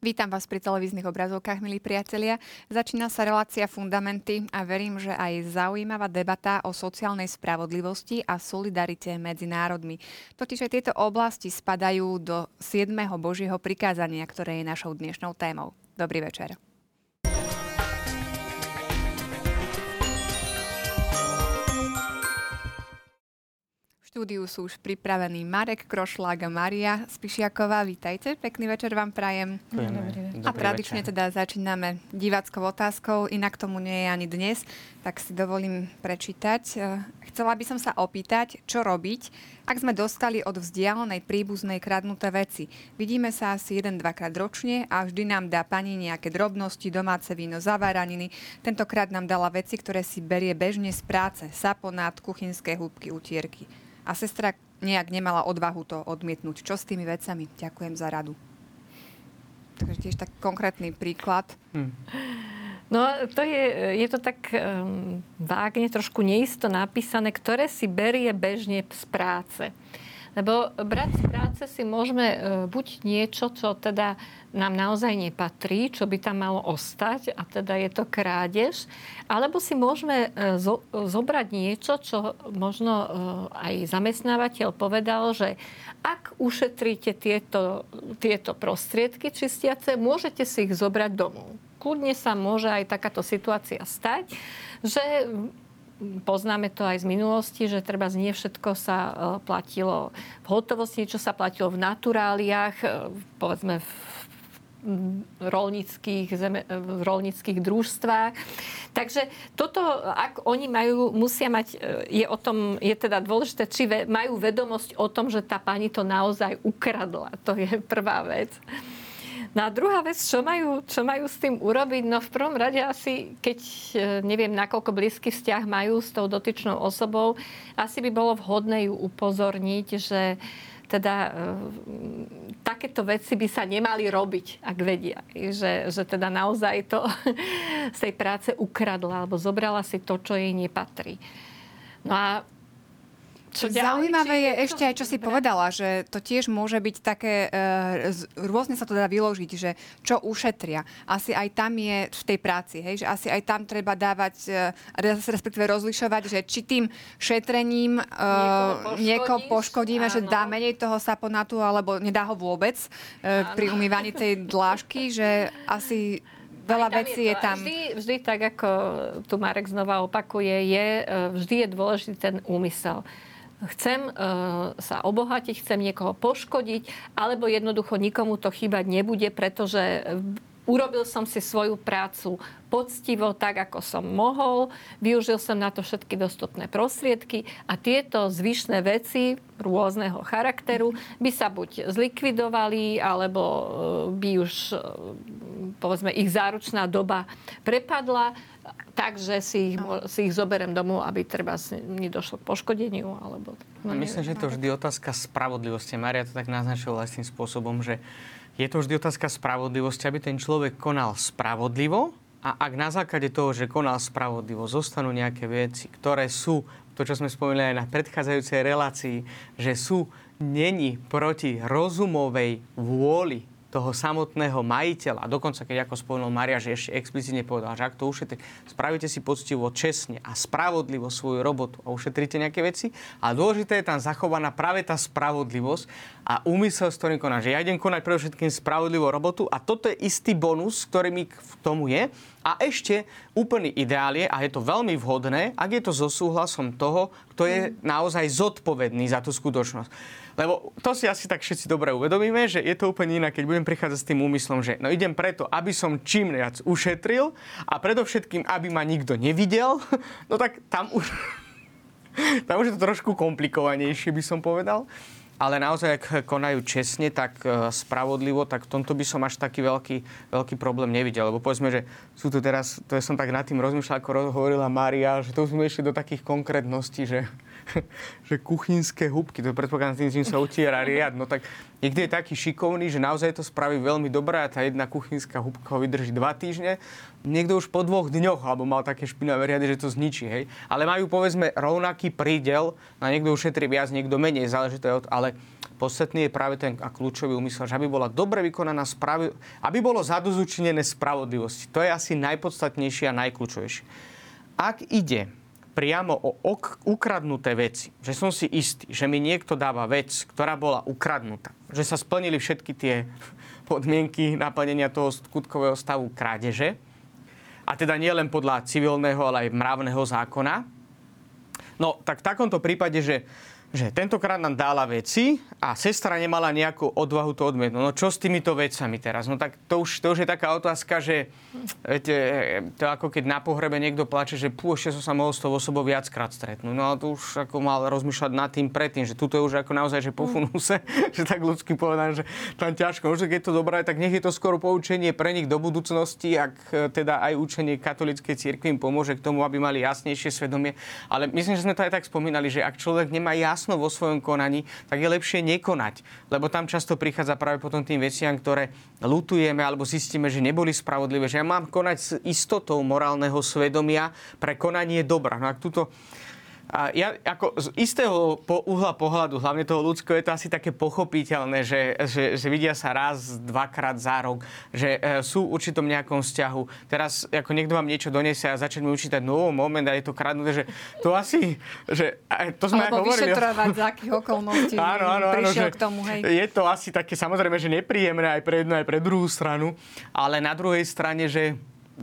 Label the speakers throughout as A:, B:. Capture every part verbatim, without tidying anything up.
A: Vítam vás pri televíznych obrazovkách, milí priatelia. Začína sa relácia Fundamenty a verím, že aj zaujímavá debata o sociálnej spravodlivosti a solidarite medzi národmi. Totiž aj tieto oblasti spadajú do siedmeho Božieho prikázania, ktoré je našou dnešnou témou. Dobrý večer. V štúdiu sú už pripravení Marek Krošlák a Mária Spišiaková. Vítajte, pekný večer vám prajem.
B: Dobrý
A: a tradične večer. Teda začíname diváckou otázkou, inak tomu nie je ani dnes, tak si dovolím prečítať. Chcela by som sa opýtať, čo robiť, ak sme dostali od vzdialenej príbuznej kradnuté veci. Vidíme sa asi jeden dvakrát ročne a vždy nám dá pani nejaké drobnosti, domáce víno, zaváraniny. Tentokrát nám dala veci, ktoré si berie bežne z práce. Saponát, kuchynské húbky, utierky. A sestra nejak nemala odvahu to odmietnúť. Čo s tými vecami? Ďakujem za radu. Takže tiež tak konkrétny príklad. Hmm.
B: No, to je, je to tak um, vágne, trošku neisto napísané, ktoré si berie bežne z práce. Lebo brať z práce si môžeme uh, buď niečo, čo teda nám naozaj nepatrí, čo by tam malo ostať, a teda je to krádež, alebo si môžeme uh, zo, zobrať niečo, čo možno uh, aj zamestnávateľ povedal, že ak ušetríte tieto, tieto prostriedky čistiace, môžete si ich zobrať domov. Kľudne sa môže aj takáto situácia stať, že poznáme to aj z minulosti, že treba nie všetko sa platilo v hotovosti, čo sa platilo v naturáliách, povedzme v rolnických, zeme, v rolnických družstvách. Takže toto, ak oni majú, musia mať, je o tom, je teda dôležité, či ve, majú vedomosť o tom, že tá pani to naozaj ukradla. To je prvá vec. No a druhá vec, čo majú, čo majú s tým urobiť? No v prvom rade asi, keď neviem, nakoľko blízky vzťah majú s tou dotyčnou osobou, asi by bolo vhodné ju upozorniť, že teda e, takéto veci by sa nemali robiť, ak vedia. Že, že teda naozaj to z tej práce ukradla, alebo zobrala si to, čo jej nepatrí. No a
A: Čo zaujímavé je ešte aj, čo si povedala, že to tiež môže byť také, e, rôzne sa to dá vyložiť, že čo ušetria. Asi aj tam je v tej práci, hej, že asi aj tam treba dávať, e, respektíve rozlišovať, že či tým šetrením e, niekoho poškodíme, áno, že dá menej toho saponátu, alebo nedá ho vôbec e, pri umývaní tej dlážky, že asi veľa vecí je, je tam.
B: Vždy, vždy tak, ako tu Marek znova opakuje, je, vždy je dôležitý ten úmysel. Chcem uh, sa obohatiť, chcem niekoho poškodiť, alebo jednoducho nikomu to chýbať nebude, pretože urobil som si svoju prácu poctivo, tak ako som mohol, využil som na to všetky dostupné prostriedky a tieto zvyšné veci rôzneho charakteru by sa buď zlikvidovali, alebo by už, povedzme, ich záručná doba prepadla, takže si ich, si ich zoberiem domov, aby treba nedošlo k poškodeniu. Alebo,
C: no, myslím, že je to vždy otázka spravodlivosti. Mária to tak naznačila aj tým spôsobom, že je to vždy otázka spravodlivosti, aby ten človek konal spravodlivo, a ak na základe toho, že konal spravodlivo, zostanú nejaké veci, ktoré sú, to čo sme spomínali aj na predchádzajúcej relácii, že sú neni proti rozumovej vôli toho samotného majiteľa. A dokonca, keď ako spomenul Mária, že ešte explicitne povedal, že ak to ušetríte, spravíte si poctivo, čestne a spravodlivo svoju robotu a ušetríte nejaké veci. A dôležité je tam zachovaná práve tá spravodlivosť a úmysel, s ktorým koná. Že ja idem konať predovšetkým spravodlivú robotu a toto je istý bonus, ktorý mi k tomu je. A ešte úplný ideál je, a je to veľmi vhodné, ak je to so súhlasom toho, kto je naozaj zodpovedný za tú skutočnosť. Lebo to si asi tak všetci dobre uvedomíme, že je to úplne inak, keď budem prichádzať s tým úmyslom, že no idem preto, aby som čím viac ušetril a predovšetkým, aby ma nikto nevidel, no tak tam už, tam už je to trošku komplikovanejšie, by som povedal. Ale naozaj, ak konajú čestne, tak spravodlivo, tak v tomto by som až taký veľký, veľký problém nevidel. Lebo povedzme, že sú tu teraz, to som tak nad tým rozmýšľal, ako hovorila Mária, že to sme išli do takých konkrétností, že že kuchynské húbky, to predpokladám, tým, tým sa utiera riad. No tak niekto je taký šikovný, že naozaj to spraví veľmi dobré a tá jedna kuchynská húbka ho vydrží dva týždne. Niekto už po dvoch dňoch, alebo mal také špinavé riady, že to zničí, hej. Ale majú, povedzme, rovnaký prídel, a niekto ušetrí viac, niekto menej, záleží to od... Ale podstatný je práve ten a kľúčový úmysel, že aby bola dobre vykonaná sprav... aby bolo zadozučinené spravodlivosti. To je asi najpodstatnejšie a najkľúčovejšie. Ak ide priamo o ok- ukradnuté veci, že som si istý, že mi niekto dáva vec, ktorá bola ukradnutá, že sa splnili všetky tie podmienky naplnenia toho skutkového stavu krádeže, a teda nie len podľa civilného, ale aj mravného zákona, no tak v takomto prípade, že že tentokrát nám dala veci a sestra nemala nejakú odvahu to odmietnúť. No čo s týmito vecami teraz? No tak to už, to už je taká otázka, že viete, to ako keď na pohrebe niekto plače, že pú, ešte som sa mohol s tou osobou viackrát stretnúť. No ale to už ako mal rozmýšľať nad tým predtým, že tuto je už ako naozaj, že po funuse, že tak ľudsky povedané, že tam ťažko. Možno keď je to dobré, tak nech je to skoro poučenie pre nich do budúcnosti, ak teda aj učenie katolíckej cirkvi im pomôže k tomu, aby mali jasnejšie svedomie. Ale myslím, že sme to aj tak spomínali, že ak človek nemá jasno vo svojom konaní, tak je lepšie nekonať. Lebo tam často prichádza práve potom tým veciam, ktoré ľutujeme alebo zistíme, že neboli spravodlivé. Že ja mám konať s istotou morálneho svedomia pre konanie dobra. No ak túto A ja ako z istého po uhla pohľadu, hlavne toho ľudského, je to asi také pochopiteľné, že, že, že vidia sa raz, dvakrát za rok, že e, sú v určitom nejakom vzťahu. Teraz ako niekto vám niečo donesie a začne mi učítať, no moment, a je to kradnuté, že to asi, že to sme
A: alebo
C: hovorili.
A: Alebo vyšetrovať, za akých okolností áno, áno, prišiel áno, k tomu, hej.
C: Je to asi také samozrejme, že nepríjemné aj pre jednu, aj pre druhú stranu, ale na druhej strane, že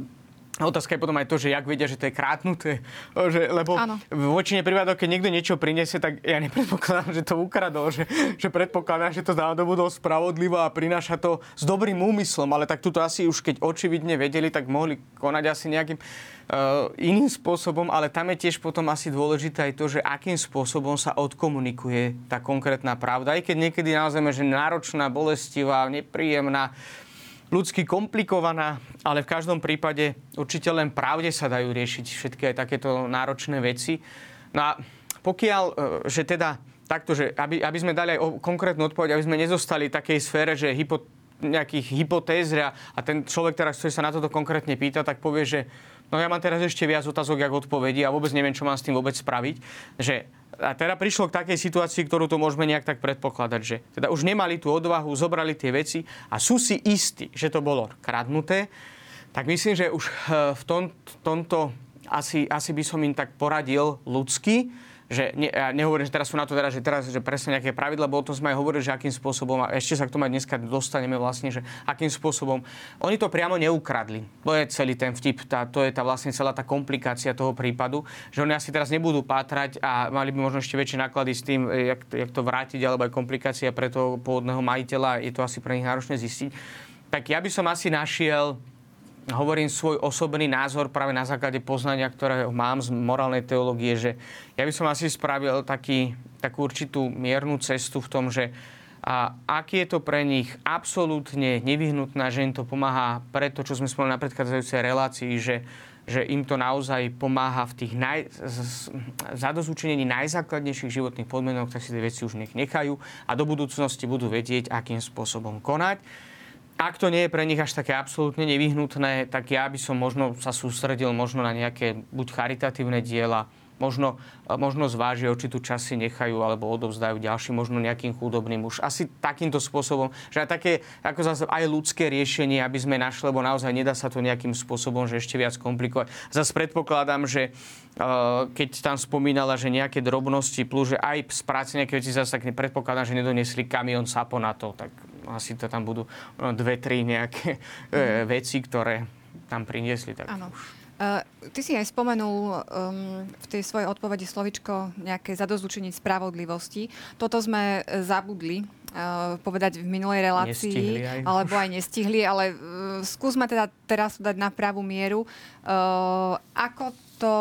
C: otázka je potom aj to, že jak vedia, že to je krátnuté. Že, lebo ano. V väčšine prípadov, keď niekto niečo prinesie, tak ja nepredpokladám, že to ukradol. Že, že predpokladám, že to nadobudol spravodlivo a prináša to s dobrým úmyslom. Ale tak tuto asi už keď očividne vedeli, tak mohli konať asi nejakým uh, iným spôsobom. Ale tam je tiež potom asi dôležité aj to, že akým spôsobom sa odkomunikuje tá konkrétna pravda. Aj keď niekedy naozaj, že náročná, bolestivá, nepríjemná, ľudsky komplikovaná, ale v každom prípade určite len pravde sa dajú riešiť všetky aj takéto náročné veci. No a pokiaľ, že teda takto, že aby, aby sme dali aj konkrétnu odpoveď, aby sme nezostali v takej sfére, že hypo, nejakých hypotéz a ten človek teraz, ktorý sa na toto konkrétne pýta, tak povie, že no ja mám teraz ešte viac otázok, jak odpovedí a vôbec neviem, čo mám s tým vôbec spraviť. Že a teda prišlo k takej situácii, ktorú tu môžeme nejak tak predpokladať, že teda už nemali tú odvahu, zobrali tie veci a sú si istí, že to bolo kradnuté, tak myslím, že už v tom, tomto asi, asi by som im tak poradil ľudsky, že ne, ja nehovorím, že teraz sú na to teda, že teraz že presne nejaké pravidla, lebo o tom sme aj hovorili, že akým spôsobom, a ešte sa k tomu aj dneska dostaneme vlastne, že akým spôsobom. Oni to priamo neukradli. To je celý ten vtip, tá, to je tá vlastne celá tá komplikácia toho prípadu, že oni asi teraz nebudú pátrať a mali by možno ešte väčšie náklady s tým, jak, jak to vrátiť, alebo aj komplikácia pre toho pôvodného majiteľa, je to asi pre nich náročné zistiť. Tak ja by som asi našiel, hovorím svoj osobný názor práve na základe poznania, ktoré mám z morálnej teológie, že ja by som asi spravil taký, takú určitú miernu cestu v tom, že a aký je to pre nich absolútne nevyhnutné, že im to pomáha pre to, čo sme spomínali na predchádzajúcej relácii, že, že im to naozaj pomáha v tých naj, zadozučinení najzákladnejších životných podmienok, tak si tie veci už nech nechajú a do budúcnosti budú vedieť, akým spôsobom konať. Ak to nie je pre nich až také absolútne nevyhnutné, tak ja by som možno sa sústredil možno na nejaké buď charitatívne diela, možno, možno zvážia, či tú časť si nechajú alebo odovzdajú ďalším, možno nejakým chudobným. Už asi takýmto spôsobom, že aj také ako zase aj ľudské riešenie, aby sme našli, lebo naozaj nedá sa to nejakým spôsobom, že ešte viac komplikovať. Zase predpokladám, že uh, keď tam spomínala, že nejaké drobnosti plus, že aj z práce nejaké veci zase tak predpokladám, že nedonesli kamión sapo na to, tak asi to tam budú no, dve, tri nejaké mm. veci, ktoré tam priniesli. Tak.
A: Áno. Uh, ty si aj spomenul um, v tej svojej odpovedi slovičko nejaké zadosťučinenie spravodlivosti. Toto sme zabudli uh, povedať v minulej relácii, aj. alebo aj nestihli, ale uh, skúsme teda teraz dať na pravú mieru. Uh, ako to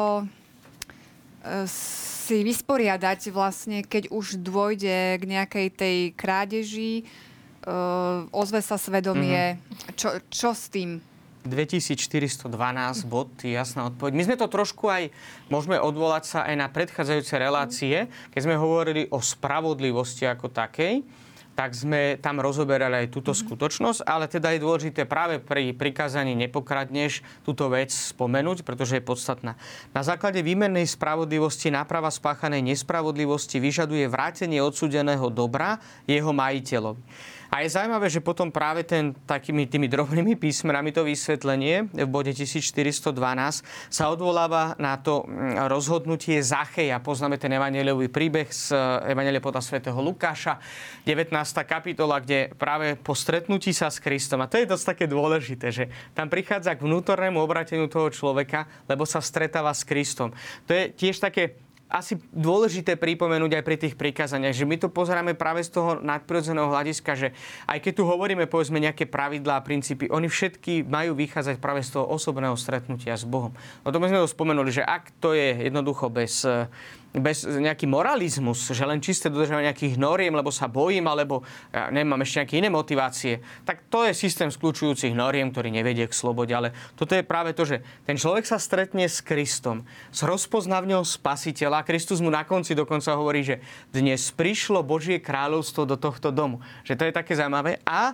A: uh, si vysporiadať vlastne, keď už dôjde k nejakej tej krádeži, Uh, ozve sa svedomie. Mm-hmm. Čo, čo s tým?
C: dvetisícštyristodvanásť bod, jasná odpoveď. My sme to trošku aj, môžeme odvolať sa aj na predchádzajúce relácie, keď sme hovorili o spravodlivosti ako takej, tak sme tam rozoberali aj túto mm-hmm. skutočnosť, ale teda je dôležité práve pri prikázaní nepokradneš túto vec spomenúť, pretože je podstatná. Na základe výmennej spravodlivosti náprava spáchanej nespravodlivosti vyžaduje vrátenie odsúdeného dobra jeho majiteľovi. A je zaujímavé, že potom práve ten, takými tými drobnými písmenami to vysvetlenie v bode tisícštyristodvanásť sa odvoláva na to rozhodnutie Zacheja. Poznáme ten evanjeliový príbeh z Evanjelia podľa svätého Lukáša, devätnásta kapitola, kde práve po stretnutí sa s Kristom, a to je dosť také dôležité, že tam prichádza k vnútornému obrateniu toho človeka, lebo sa stretáva s Kristom. To je tiež také asi dôležité pripomenúť aj pri tých prikázaniach, že my to pozeráme práve z toho nadprirodzeného hľadiska, že aj keď tu hovoríme, povedzme, nejaké pravidlá a princípy, oni všetky majú vychádzať práve z toho osobného stretnutia s Bohom. No to my sme to spomenuli, že ak to je jednoducho bez bez nejaký moralizmus, že len čisté dodržanie nejakých noriem, lebo sa bojím, alebo ja neviem, mám ešte nejaké iné motivácie, tak to je systém skľučujúcich noriem, ktorý nevedie k slobode. Ale toto je práve to, že ten človek sa stretne s Kristom, s rozpoznavňou Spasiteľa. Kristus mu na konci dokonca hovorí, že dnes prišlo Božie kráľovstvo do tohto domu. Že to je také zaujímavé. A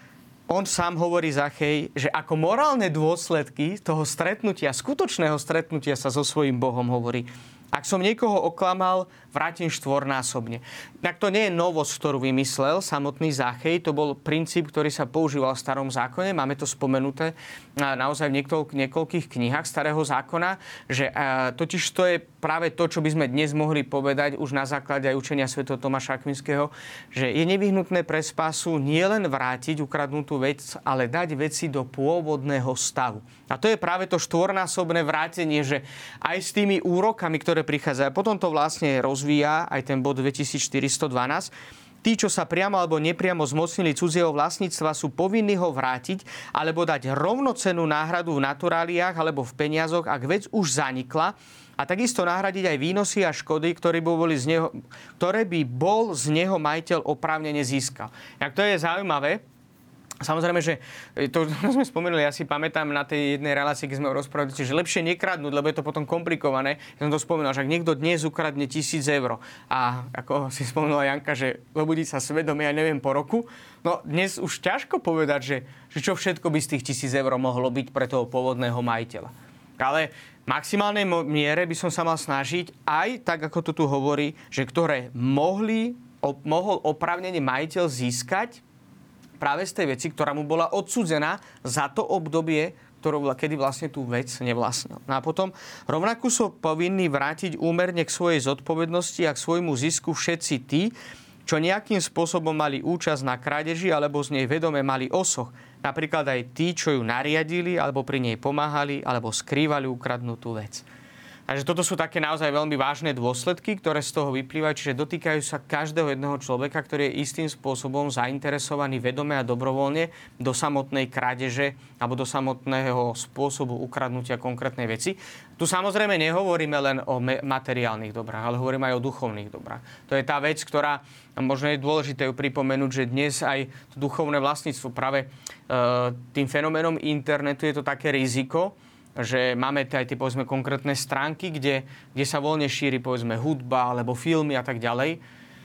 C: on sám hovorí, Zachej, že ako morálne dôsledky toho stretnutia, skutočného stretnutia sa so svojím Bohom hovorí: ak som niekoho oklamal, vrátim štvornásobne. Tak to nie je novosť, ktorú vymyslel samotný Zachej. To bol princíp, ktorý sa používal v Starom zákone. Máme to spomenuté naozaj v niekoľkých knihách Starého zákona, že totiž to je práve to, čo by sme dnes mohli povedať už na základe aj učenia svätého Tomáša Akvinského, že je nevyhnutné pre spásu nielen vrátiť ukradnutú vec, ale dať veci do pôvodného stavu. A to je práve to štvornásobné vrátenie, že aj s tými úrokami, ktoré prichádzajú. Potom to vlastne rozvíja aj ten bod dvetisícštyristodvanásť. Tí, čo sa priamo alebo nepriamo zmocnili cudzieho vlastníctva, sú povinní ho vrátiť alebo dať rovnocennú náhradu v naturáliách alebo v peniazoch, ak vec už zanikla, a takisto nahradiť aj výnosy a škody, ktoré by, boli z neho, ktoré by bol z neho majiteľ oprávnene získal. Jak to je zaujímavé. Samozrejme, že to sme spomenuli, ja si pamätám na tej jednej relácii, keď sme rozprávali, že lepšie nekradnúť, lebo je to potom komplikované. Ja som to spomenul, že ak niekto dnes ukradne tisíc eur a ako si spomenula Janka, že zobudí sa svedomie, ja neviem, po roku, no dnes už ťažko povedať, že, že čo všetko by z tých tisíc eur mohlo byť pre toho pôvodného majiteľa. Ale v maximálnej miere by som sa mal snažiť aj, tak ako to tu hovorí, že ktoré mohli, o, mohol oprávnene majiteľ získať práve z tej veci, ktorá mu bola odsúdená za to obdobie, ktorú, kedy vlastne tú vec nevlastnil. No a potom rovnako sú povinní vrátiť úmerne k svojej zodpovednosti a k svojmu zisku všetci tí, čo nejakým spôsobom mali účasť na krádeži alebo z nej vedome mali osoch. Napríklad aj tí, čo ju nariadili alebo pri nej pomáhali alebo skrývali ukradnutú vec. Takže toto sú také naozaj veľmi vážne dôsledky, ktoré z toho vyplývajú, čiže dotýkajú sa každého jedného človeka, ktorý je istým spôsobom zainteresovaný vedome a dobrovoľne do samotnej krádeže alebo do samotného spôsobu ukradnutia konkrétnej veci. Tu samozrejme nehovoríme len o materiálnych dobrách, ale hovoríme aj o duchovných dobrách. To je tá vec, ktorá možno je dôležité ju pripomenúť, že dnes aj to duchovné vlastníctvo práve e, tým fenoménom internetu je to také riziko, že máme aj tie, povedzme, konkrétne stránky, kde, kde sa voľne šíri, povedzme, hudba alebo filmy a tak ďalej.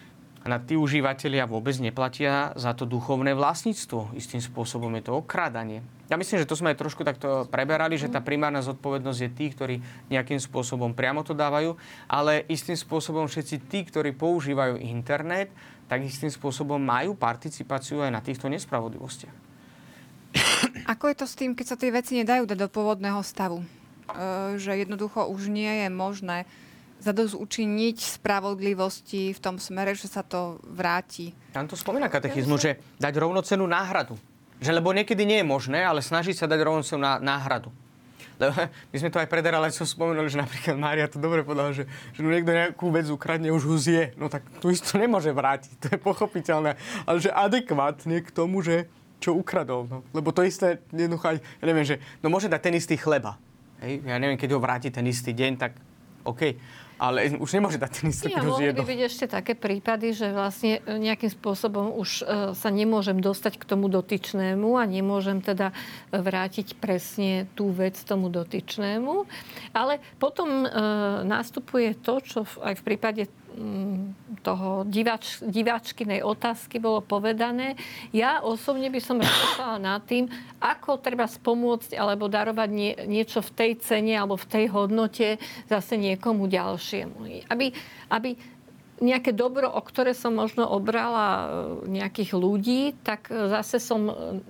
C: A tí užívateľia vôbec neplatia za to duchovné vlastníctvo. Istým spôsobom je to okrádanie. Ja myslím, že to sme aj trošku takto preberali, že tá primárna zodpovednosť je tých, ktorí nejakým spôsobom priamo to dávajú, ale istým spôsobom všetci tí, ktorí používajú internet, tak istým spôsobom majú participáciu aj na týchto nespravodlivostiach.
A: Ako je to s tým, keď sa tie veci nedajú dať do pôvodného stavu? E, že jednoducho už nie je možné zadosťučiniť spravodlivosti v tom smere, že sa to vráti.
C: Tam to spomína katechizmu, že dať rovnocennú náhradu. Že lebo niekedy nie je možné, ale snažiť sa dať rovnocennú náhradu. Lebo my sme to aj pred reláciou spomenuli, že napríklad Mária to dobre povedala, že, že niekto nejakú vec ukradne, už ho zje. No tak tu isto nemôže vrátiť, to je pochopiteľné. Ale že adekvátne k tomu, že čo ukradol. No. Lebo to isté, jednoducho, ja neviem, že no môže dať ten istý chleba. Hej? Ja neviem, keď ho vráti ten istý deň, tak OK. ale už nemôže dať ten istý
B: Ja,
C: ktorý
B: mohli
C: zjedol.
B: by byť ešte také prípady, že vlastne nejakým spôsobom už e, sa nemôžem dostať k tomu dotyčnému a nemôžem teda vrátiť presne tú vec tomu dotyčnému. Ale potom e, nastupuje to, čo v, aj v prípade toho divač, diváčkinej otázky bolo povedané. Ja osobne by som rozmýšľala nad tým, ako treba spomôcť alebo darovať nie, niečo v tej cene alebo v tej hodnote zase niekomu ďalšiemu. Aby, aby nejaké dobro, o ktoré som možno obrala nejakých ľudí, tak zase som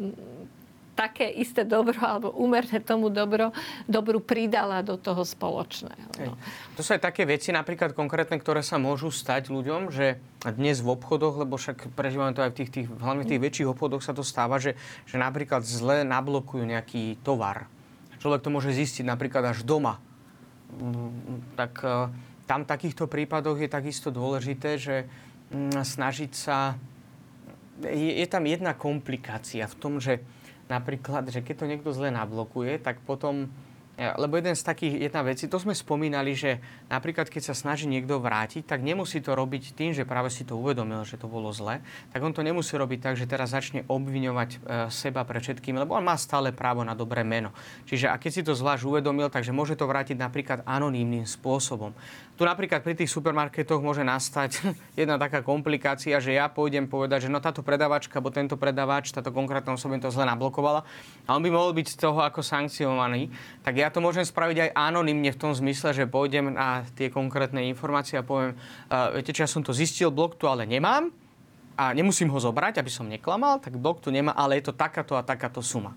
B: také isté dobro alebo úmerné tomu dobro, dobru pridala do toho spoločného. No.
C: To sú aj také veci, napríklad konkrétne, ktoré sa môžu stať ľuďom, že dnes v obchodoch, lebo však prežívame to aj v tých, tých hlavne v tých väčších obchodoch sa to stáva, že, že napríklad zle nablokujú nejaký tovar. Človek to môže zistiť napríklad až doma. Tak tam v takýchto prípadoch je takisto dôležité, že snažiť sa... Je, je tam jedna komplikácia v tom, že napríklad, že keď to niekto zle nablokuje, tak potom... Lebo jeden z takých, jedna veci, to sme spomínali, že napríklad keď sa snaží niekto vrátiť, tak nemusí to robiť tým, že práve si to uvedomil, že to bolo zle, tak on to nemusí robiť tak, že teraz začne obviňovať e, seba pre všetkým, lebo on má stále právo na dobré meno. Čiže a keď si to zvlášť uvedomil, takže môže to vrátiť napríklad anonymným spôsobom. Tu napríklad pri tých supermarketoch môže nastať jedna taká komplikácia, že ja pôjdem povedať, že no táto predavačka, alebo tento predavač, táto konkrétna osoba to zle nablokovala a on by mohol byť z toho ako sankcionovaný, tak ja to môžem spraviť aj anonymne v tom zmysle, že pôjdem na tie konkrétne informácie a poviem, uh, viete, čo ja som to zistil, blok tu ale nemám a nemusím ho zobrať, aby som neklamal, tak blok tu nemá, ale je to takáto a takáto suma.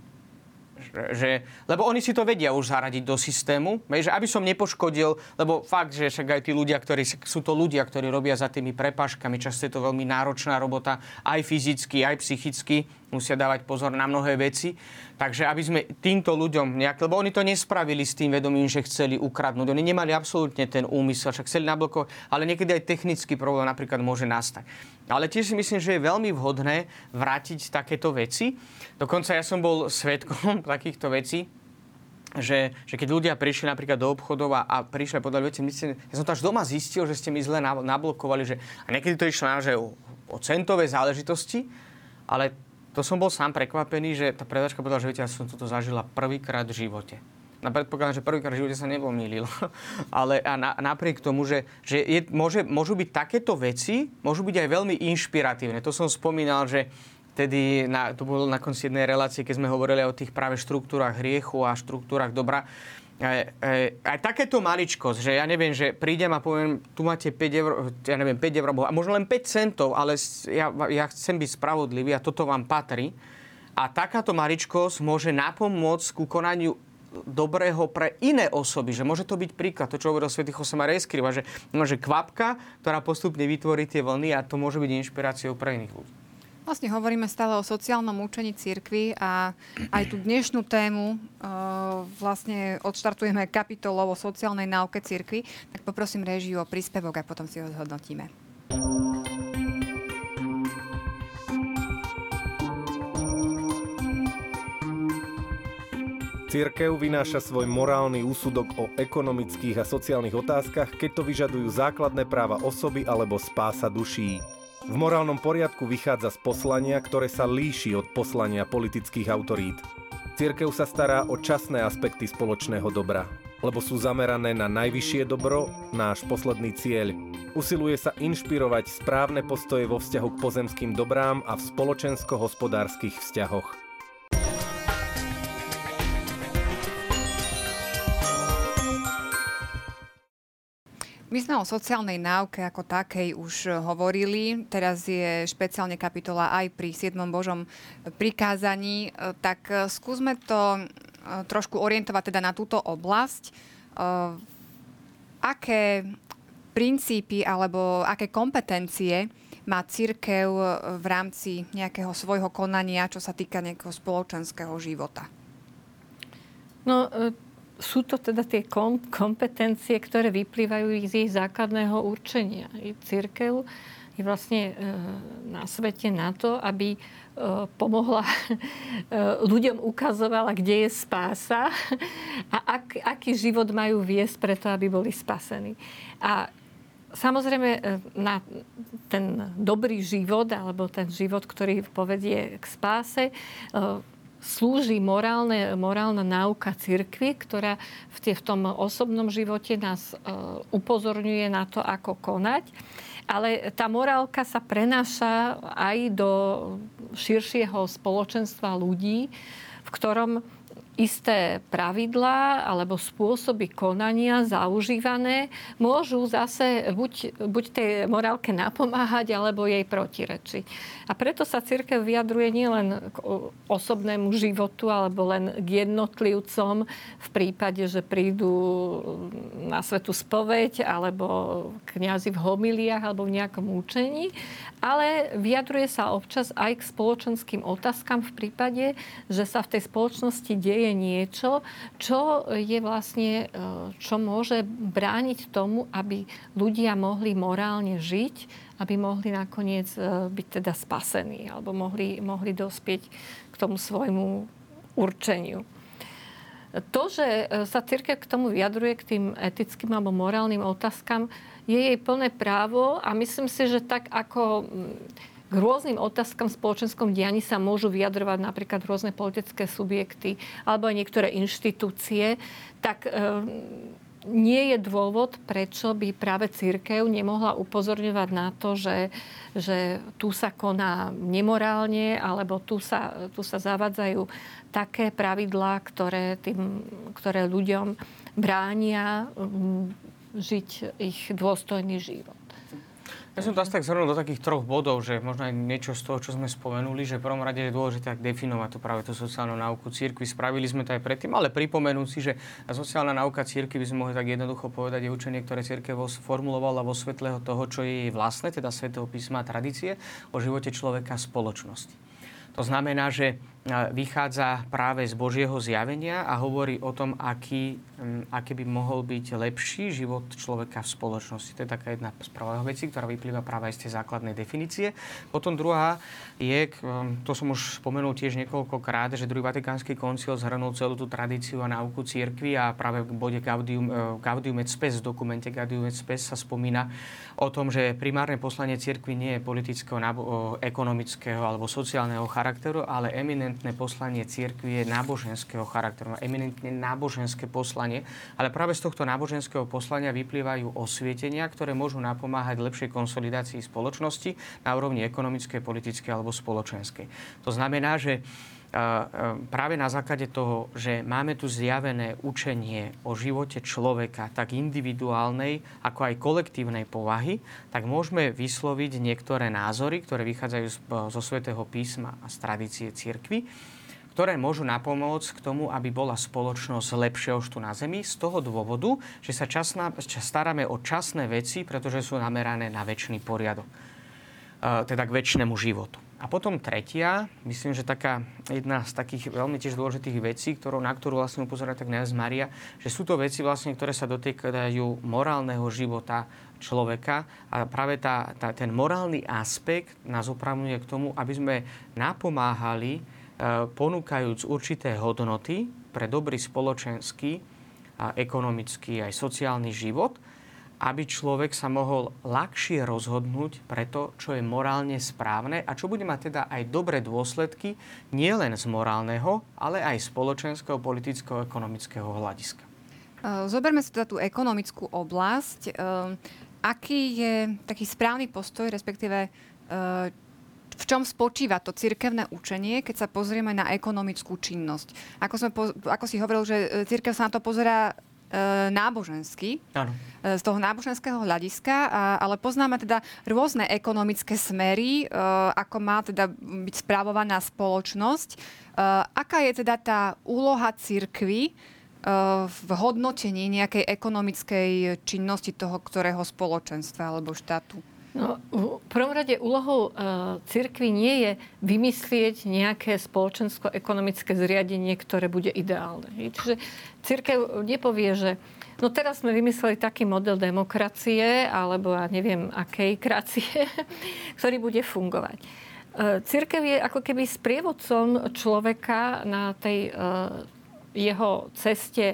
C: Že, lebo oni si to vedia už zaradiť do systému, že aby som nepoškodil, lebo fakt, že však aj tí ľudia, ktorí sú to ľudia, ktorí robia za tými prepážkami, často je to veľmi náročná robota, aj fyzicky, aj psychicky, musia dávať pozor na mnohé veci. Takže aby sme týmto ľuďom nejak, lebo oni to nespravili s tým vedomím, že chceli ukradnúť. Oni nemali absolútne ten úmysel, však chceli nablokovať, ale niekedy aj technický problém napríklad môže nastať. Ale tiež si myslím, že je veľmi vhodné vrátiť takéto veci. Dokonca ja som bol svedkom takýchto vecí, že, že keď ľudia prišli napríklad do obchodov a, a prišli a podali veci, myslím, ja som to až doma zistil, že ste mi zle nablokovali, že, a niekedy to išlo naozaj o, o centové záležitosti, ale to som bol sám prekvapený, že tá predačka povedala, že viete, ja som toto zažila prvýkrát v živote. Na predpokladám, že prvýkrát v živote sa nepomýlil. Ale a na, napriek tomu, že, že je, môže, môžu byť takéto veci, môžu byť aj veľmi inšpiratívne. To som spomínal, že tedy, na, to bolo na konci jednej relácie, keď sme hovorili o tých práve štruktúrach hriechu a štruktúrach dobra. Aj, aj, aj takéto maličkosť, že ja neviem, že prídem a poviem, tu máte päť eur, ja neviem, päť eur, a možno len päť centov, ale ja, ja chcem byť spravodlivý a toto vám patrí. A takáto maličkosť môže napomôcť ku konaniu dobrého pre iné osoby, že môže to byť príklad, to, čo hovoril svätý José María Escrivá, že, no, že kvapka, ktorá postupne vytvorí tie vlny a to môže byť inšpiráciou pre iných ľudí.
A: Vlastne hovoríme stále o sociálnom učení cirkvi a aj tú dnešnú tému e, vlastne odštartujeme kapitolou o sociálnej náuke cirkvi. Tak poprosím réžiu o príspevok a potom si ho zhodnotíme.
D: Cirkev vynáša svoj morálny úsudok o ekonomických a sociálnych otázkach, keď to vyžadujú základné práva osoby alebo spása duší. V morálnom poriadku vychádza z poslania, ktoré sa líši od poslania politických autorít. Cirkev sa stará o časné aspekty spoločného dobra, lebo sú zamerané na najvyššie dobro, náš posledný cieľ. Usiluje sa inšpirovať správne postoje vo vzťahu k pozemským dobrám a v spoločensko-hospodárskych vzťahoch.
A: My sme o sociálnej náuke ako takej už hovorili. Teraz je špeciálne kapitola aj pri siedmom Božom prikázaní. Tak skúsme to trošku orientovať teda na túto oblasť. Aké princípy alebo aké kompetencie má cirkev v rámci nejakého svojho konania, čo sa týka nejakého spoločenského života?
B: No, sú to teda tie kompetencie, ktoré vyplývajú z jej základného určenia. Cirkev je je vlastne na svete na to, aby pomohla ľuďom, ukazovala, kde je spása a ak, aký život majú viesť preto, aby boli spasení. A samozrejme, na ten dobrý život, alebo ten život, ktorý povedie k spáse, slúži morálne, morálna náuka cirkvi, ktorá v, tie, v tom osobnom živote nás upozorňuje na to, ako konať. Ale tá morálka sa prenáša aj do širšieho spoločenstva ľudí, v ktorom isté pravidlá alebo spôsoby konania zaužívané môžu zase buď, buď tej morálke napomáhať, alebo jej protirečiť. A preto sa cirkev vyjadruje nielen k osobnému životu alebo len k jednotlivcom v prípade, že prídu na svätú spoveď alebo kňazi v homiliách alebo v nejakom učení, ale vyjadruje sa občas aj k spoločenským otázkam v prípade, že sa v tej spoločnosti deje niečo, čo je vlastne, čo môže brániť tomu, aby ľudia mohli morálne žiť, aby mohli nakoniec byť teda spasení, alebo mohli, mohli dospieť k tomu svojmu určeniu. To, že sa cirkev k tomu vyjadruje, k tým etickým alebo morálnym otázkam, je jej plné právo a myslím si, že tak ako k rôznym otázkam v spoločenskom dianí sa môžu vyjadrovať napríklad rôzne politické subjekty alebo aj niektoré inštitúcie, tak e, nie je dôvod, prečo by práve cirkev nemohla upozorňovať na to, že, že tu sa koná nemorálne alebo tu sa, tu sa zavádzajú také pravidlá, ktoré, tým, ktoré ľuďom bránia um, žiť ich dôstojný život.
C: Ja som to asi tak zhrnul do takých troch bodov, že možno aj niečo z toho, čo sme spomenuli, že v prvom rade je dôležité tak definovať to práve tú sociálnu náuku cirkvi. Spravili sme to aj predtým, ale pripomenúť si, že sociálna náuka cirkvi by sme mohli tak jednoducho povedať, je učenie, ktoré cirkev formulovala vo svetle toho, čo je jej vlastné, teda svätého písma a tradície o živote človeka v spoločnosti. To znamená, že vychádza práve z Božieho zjavenia a hovorí o tom, aký, aký by mohol byť lepší život človeka v spoločnosti. To je taká jedna z prvých vecí, ktorá vyplýva práve aj z tej základnej definície. Potom druhá je, to som už spomenul tiež niekoľkokrát, že druhý Vatikánsky koncil zhrnul celú tú tradíciu a náuku cirkvi a práve v bode Gaudium, Gaudium et Spes, v dokumente Gaudium et Spes sa spomína o tom, že primárne poslanie cirkvi nie je politického, ekonomického alebo sociálneho charakteru, ale eminentné poslanie cirkvi je náboženského charakteru, eminentne náboženské poslanie, ale práve z tohto náboženského poslania vyplývajú osvietenia, ktoré môžu napomáhať lepšej konsolidácii spoločnosti na úrovni ekonomickej, politickej alebo spoločenskej. To znamená, že práve na základe toho, že máme tu zjavené učenie o živote človeka, tak individuálnej, ako aj kolektívnej povahy, tak môžeme vysloviť niektoré názory, ktoré vychádzajú zo Svätého písma a z tradície cirkvi, ktoré môžu napomôcť k tomu, aby bola spoločnosť lepšia už tu na zemi, z toho dôvodu, že sa časná, staráme o časné veci, pretože sú namerané na večný poriadok, teda k večnému životu. A potom tretia, myslím, že taká jedna z takých veľmi tiež dôležitých vecí, ktorú, na ktorú vlastne upozorňuje tak najviac Mária, že sú to veci vlastne, ktoré sa dotýkajú morálneho života človeka a práve tá, tá, ten morálny aspekt nás opravňuje k tomu, aby sme napomáhali, e, ponúkajúc určité hodnoty pre dobrý spoločenský, a ekonomický aj sociálny život, aby človek sa mohol ľahšie rozhodnúť pre to, čo je morálne správne a čo bude mať teda aj dobré dôsledky nielen z morálneho, ale aj spoločenského, politického, ekonomického hľadiska.
A: Zoberme si teda tú ekonomickú oblasť. Aký je taký správny postoj, respektíve v čom spočíva to cirkevné učenie, keď sa pozrieme na ekonomickú činnosť? Ako, sme, ako si hovoril, že cirkev sa na to pozerá nábožensky, ano. Z toho náboženského hľadiska, ale poznáme teda rôzne ekonomické smery, ako má teda byť správovaná spoločnosť. Aká je teda tá úloha cirkvi v hodnotení nejakej ekonomickej činnosti toho ktorého spoločenstva alebo štátu?
B: No, v prvom rade úlohou e, cirkvi nie je vymyslieť nejaké spoločensko-ekonomické zriadenie, ktoré bude ideálne. Čiže cirkev nepovie, že no teraz sme vymysleli taký model demokracie, alebo ja neviem, akej kracie, ktorý bude fungovať. E, cirkev je ako keby sprievodcom človeka na tej e, jeho ceste e,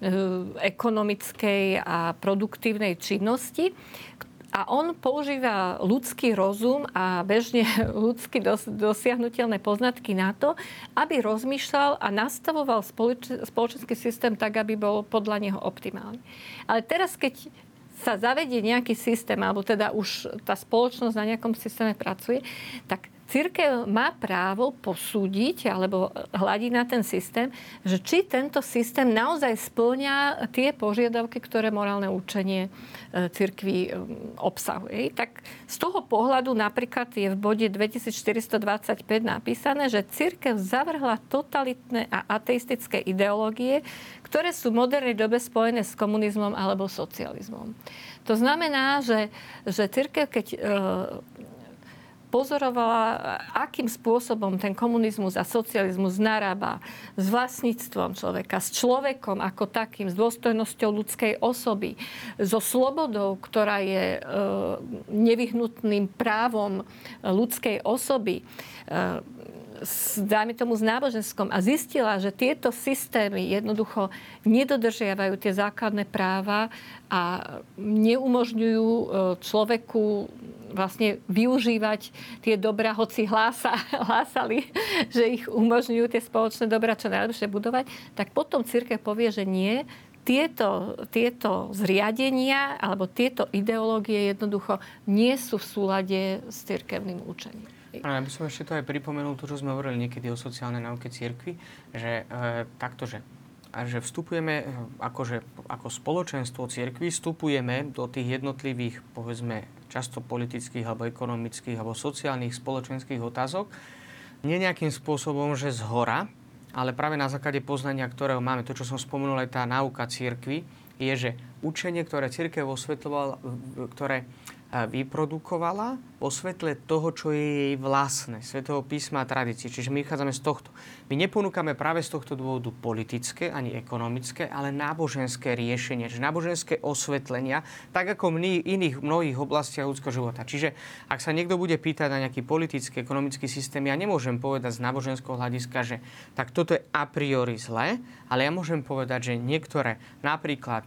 B: ekonomickej a produktívnej činnosti. A on používa ľudský rozum a bežne ľudsky dos- dosiahnuteľné poznatky na to, aby rozmýšľal a nastavoval spoloč- spoločenský systém tak, aby bol podľa neho optimálny. Ale teraz, keď sa zavedie nejaký systém, alebo teda už tá spoločnosť na nejakom systéme pracuje, tak cirkev má právo posúdiť alebo hľadiť na ten systém, že či tento systém naozaj spĺňa tie požiadavky, ktoré morálne učenie cirkvi obsahuje. Tak z toho pohľadu napríklad je v bode dvetisícštyristodvadsaťpäť napísané, že cirkev zavrhla totalitné a ateistické ideológie, ktoré sú v modernej dobe spojené s komunizmom alebo socializmom. To znamená, že, že cirkev, keď e, pozorovala, akým spôsobom ten komunizmus a socializmus narába s vlastníctvom človeka, s človekom ako takým, s dôstojnosťou ľudskej osoby, so slobodou, ktorá je e, nevyhnutným právom ľudskej osoby, e, dajme tomu s náboženskom, a zistila, že tieto systémy jednoducho nedodržiavajú tie základné práva a neumožňujú človeku vlastne využívať tie dobrá, hoci hlása, hlásali, že ich umožňujú tie spoločné dobrá čo najlepšie budovať, tak potom cirkev povie, že nie, tieto, tieto zriadenia alebo tieto ideológie jednoducho nie sú v súlade s cirkevným učením.
C: Ja by som ešte to aj pripomenul, to, čo sme hovorili niekedy o sociálnej náuke cirkvi, že e, takto, že, že vstupujeme akože, ako spoločenstvo cirkvi, vstupujeme do tých jednotlivých, povedzme, často politických, alebo ekonomických, alebo sociálnych, spoločenských otázok, nie nejakým spôsobom, že zhora, ale práve na základe poznania, ktorého máme, to, čo som spomenul, aj tá náuka cirkvi, je, že učenie, ktoré cirkev osvetľovala, ktoré vyprodukovala vo svetle toho, čo je jej vlastné, Svätého písma a tradície. Čiže my vychádzame z tohto. My neponúkame práve z tohto dôvodu politické ani ekonomické, ale náboženské riešenia, že náboženské osvetlenia, tak ako v iných mnohých oblastiach ľudského života. Čiže ak sa niekto bude pýtať na nejaký politický, ekonomický systém, ja nemôžem povedať z náboženského hľadiska, že tak toto je a priori zlé, ale ja môžem povedať, že niektoré napríklad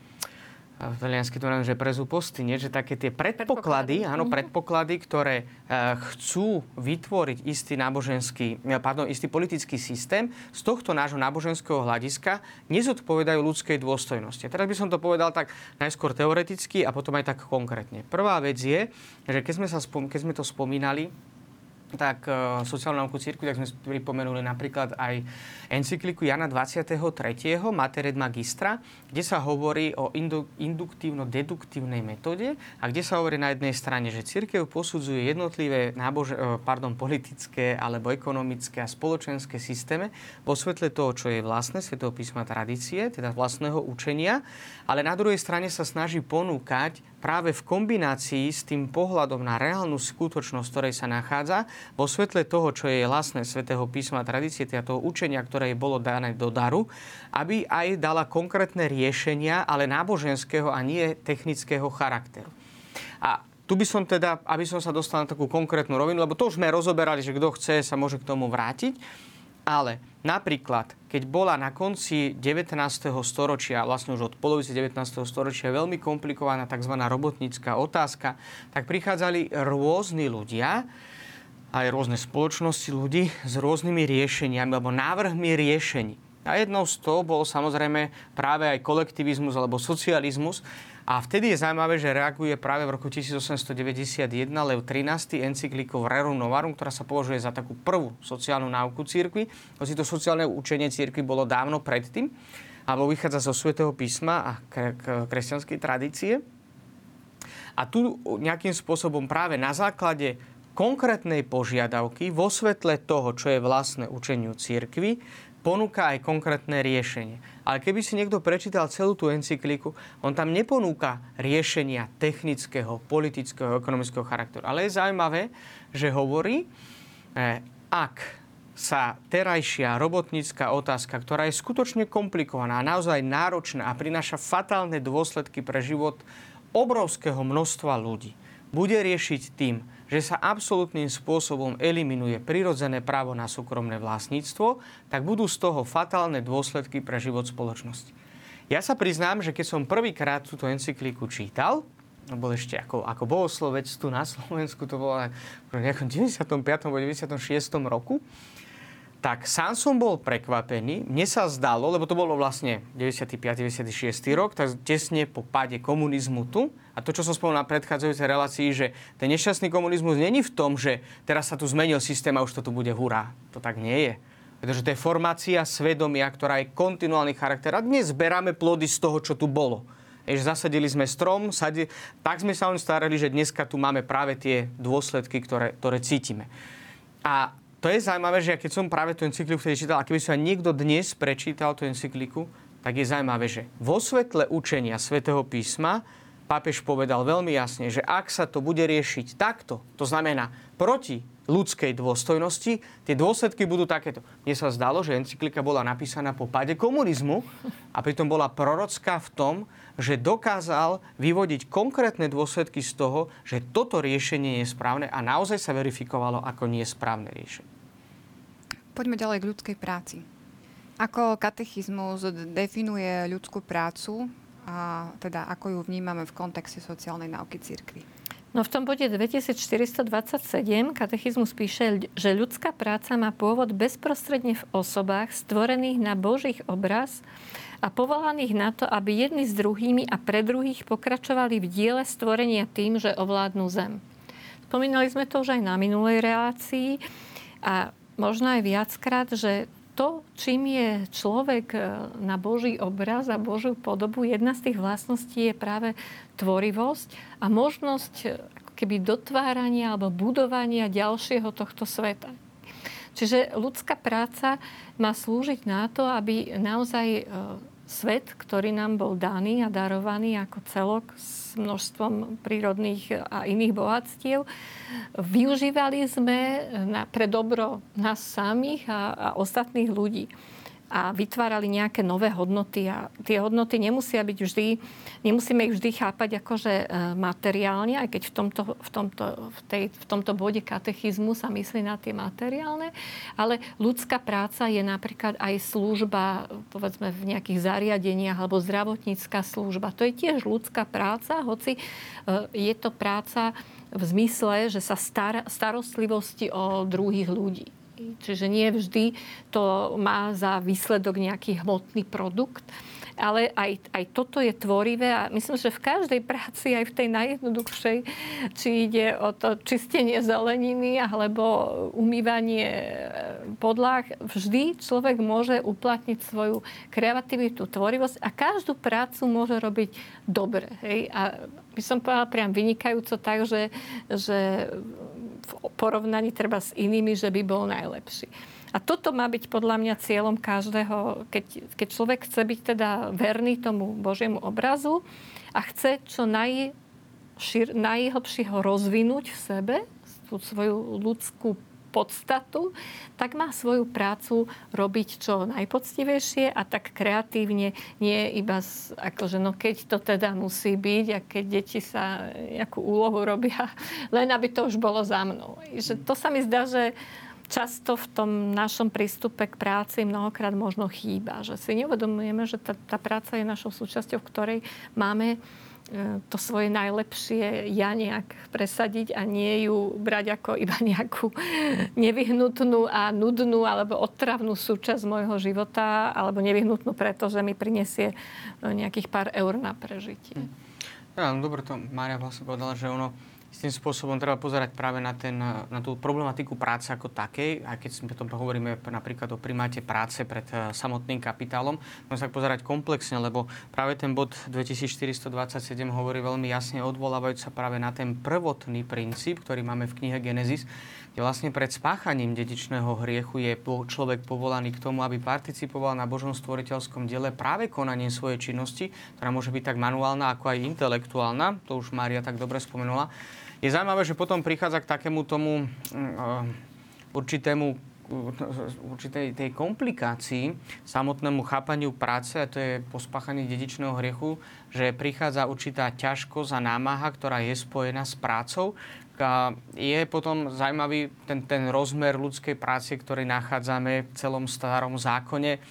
C: v taliansky to znamená, že presupposti, nie? Že také tie predpoklady, áno, predpoklady, ktoré uh, chcú vytvoriť istý náboženský, pardon, istý politický systém, z tohto nášho náboženského hľadiska nezodpovedajú ľudskej dôstojnosti. A teraz by som to povedal tak najskôr teoreticky a potom aj tak konkrétne. Prvá vec je, že keď sme, sa spom- keď sme to spomínali, tak uh, sociálnu náuku cirkvi, tak sme pripomenuli napríklad aj encykliku Jana dvadsiateho tretieho Mater et Magistra, kde sa hovorí o indu- induktívno-deduktívnej metóde a kde sa hovorí na jednej strane, že cirkev posudzuje jednotlivé nábože, pardon, politické alebo ekonomické a spoločenské systémy vo svetle toho, čo je vlastné Svätého písma tradície, teda vlastného učenia, ale na druhej strane sa snaží ponúkať práve v kombinácii s tým pohľadom na reálnu skutočnosť, v ktorej sa nachádza, vo svetle toho, čo je vlastné Svätého písma a tradície, teda toho učenia, ktoré jej bolo dané do daru, aby aj dala konkrétne riešenia, ale náboženského a nie technického charakteru. A tu by som teda, aby som sa dostal na takú konkrétnu rovinu, lebo to už sme rozoberali, že kto chce, sa môže k tomu vrátiť, ale napríklad, keď bola na konci devätnásteho storočia, vlastne už od polovice devätnásteho storočia veľmi komplikovaná tzv. Robotnícka otázka, tak prichádzali rôzni ľudia, aj rôzne spoločnosti ľudí s rôznymi riešeniami alebo návrhmi riešení. A jednou z toho bol samozrejme práve aj kolektivizmus alebo socializmus. A vtedy je zaujímavé, že reaguje práve v roku tisícosemstodeväťdesiatjeden Lev trinásty encyklikou Rerum Novarum, ktorá sa považuje za takú prvú sociálnu náuku cirkvi. Hoci to sociálne učenie cirkvi bolo dávno predtým, alebo vychádza zo Svätého písma a kresťanskej tradície. A tu nejakým spôsobom práve na základe konkrétnej požiadavky vo svetle toho, čo je vlastné učeniu cirkvi, ponúka aj konkrétne riešenie. Ale keby si niekto prečítal celú tú encykliku, on tam neponúka riešenia technického, politického, ekonomického charakteru. Ale je zaujímavé, že hovorí, eh, ak sa terajšia robotnícka otázka, ktorá je skutočne komplikovaná, naozaj náročná a prináša fatálne dôsledky pre život obrovského množstva ľudí, bude riešiť tým, že sa absolútnym spôsobom eliminuje prirodzené právo na súkromné vlastníctvo, tak budú z toho fatálne dôsledky pre život spoločnosti. Ja sa priznám, že keď som prvýkrát túto encykliku čítal, bol ešte ako, ako bohoslovec tu na Slovensku, to bolo v nejakom deväťdesiatom piatom alebo deväťdesiatom šiestom roku, tak sám som bol prekvapený. Mne sa zdalo, lebo to bolo vlastne deväťdesiaty piaty deväťdesiaty šiesty rok, tak tesne po páde komunizmu tu. A to, čo som spomenul na predchádzajúcej relácii, že ten nešťastný komunizmus není v tom, že teraz sa tu zmenil systém a už to tu bude hurá. To tak nie je. Pretože to je formácia svedomia, ktorá je kontinuálny charakter. A dnes zberáme plody z toho, čo tu bolo. Ež zasadili sme strom, sadili, tak sme sa o ňu starali, že dneska tu máme práve tie dôsledky, ktoré, ktoré cítime. A to je zaujímavé, že ja keď som práve tú encykliku vtedy čítal, a keby sa niekto dnes prečítal tú encykliku, tak je zaujímavé, že vo svetle učenia Svätého písma pápež povedal veľmi jasne, že ak sa to bude riešiť takto, to znamená proti ľudskej dôstojnosti, tie dôsledky budú takéto. Mne sa zdalo, že encyklika bola napísaná po páde komunizmu a pritom bola prorocká v tom, že dokázal vyvodiť konkrétne dôsledky z toho, že toto riešenie je správne a naozaj sa verifikovalo ako nesprávne riešenie.
A: Poďme ďalej k ľudskej práci. Ako katechizmus definuje ľudskú prácu a teda ako ju vnímame v kontexte sociálnej náuky cirkvi?
B: No v tom bode dvetisícštyristodvadsaťsedem katechizmus píše, že ľudská práca má pôvod bezprostredne v osobách stvorených na Božích obraz a povolaných na to, aby jedni s druhými a pre druhých pokračovali v diele stvorenia tým, že ovládnu zem. Spomínali sme to už aj na minulej relácii a možno aj viackrát, že to, čím je človek na Boží obraz a Božiu podobu, jedna z tých vlastností je práve tvorivosť a možnosť ako keby dotvárania alebo budovania ďalšieho tohto sveta. Čiže ľudská práca má slúžiť na to, aby naozaj svet, ktorý nám bol daný a darovaný ako celok s množstvom prírodných a iných bohatstiev, využívali sme na, pre dobro nás samých a, a ostatných ľudí. A vytvárali nejaké nové hodnoty. A tie hodnoty nemusia byť vždy, nemusíme ich vždy chápať akože materiálne, aj keď v tomto, v tomto, v tej, v tomto bode katechizmu sa myslí na tie materiálne, ale ľudská práca je napríklad aj služba, povedzme v nejakých zariadeniach, alebo zdravotnícka služba. To je tiež ľudská práca, hoci je to práca v zmysle, že sa star, starostlivosti o druhých ľudí. Čiže nie vždy to má za výsledok nejaký hmotný produkt, ale aj, aj toto je tvorivé a myslím, že v každej práci, aj v tej najjednoduchšej, či ide o to čistenie zeleniny alebo umývanie podlah, vždy človek môže uplatniť svoju kreativitu, tvorivosť a každú prácu môže robiť dobre. Hej? A by som povedala priam vynikajúco tak, že, že v porovnaní treba s inými, že by bol najlepší. A toto má byť podľa mňa cieľom každého, keď, keď človek chce byť teda verný tomu Božiemu obrazu a chce čo najšir, najhlbšie ho rozvinúť v sebe, tú svoju ľudskú podstatu, tak má svoju prácu robiť čo najpoctivejšie a tak kreatívne, nie iba z, akože no keď to teda musí byť a keď deti sa nejakú úlohu robia, len aby to už bolo za mnou. Že to sa mi zdá, že často v tom našom prístupe k práci mnohokrát možno chýba. Že si neuvedomujeme, že tá, tá práca je našou súčasťou, v ktorej máme to svoje najlepšie ja nejak presadiť a nie ju brať ako iba nejakú nevyhnutnú a nudnú alebo odtravnú súčasť môjho života alebo nevyhnutnú preto, že mi prinesie nejakých pár eur na prežitie.
C: Ja, no dobre, to Mária vlastne povedala, že ono S tým spôsobom treba pozerať práve na, ten, na tú problematiku práce ako takej, aj keď si potom hovoríme napríklad o primáte práce pred samotným kapitálom, môžeme sa pozerať komplexne, lebo práve ten bod dvetisícštyristodvadsaťsedem hovorí veľmi jasne, odvolávajúc sa práve na ten prvotný princíp, ktorý máme v knihe Genesis, kde vlastne pred spáchaním dedičného hriechu je človek povolaný k tomu, aby participoval na Božom stvoriteľskom diele práve konaním svojej činnosti, ktorá môže byť tak manuálna, ako aj intelektuálna, to už Mária tak dobre spomenula. Je zaujímavé, že potom prichádza k takému tomu uh, určitému určitej tej komplikácii samotnému chápaniu práce, a to je po spáchaní dedičného hriechu, že prichádza určitá ťažkosť a námaha, ktorá je spojená s prácou. A je potom zaujímavý ten, ten rozmer ľudskej práce, ktorý nachádzame v celom starom zákone,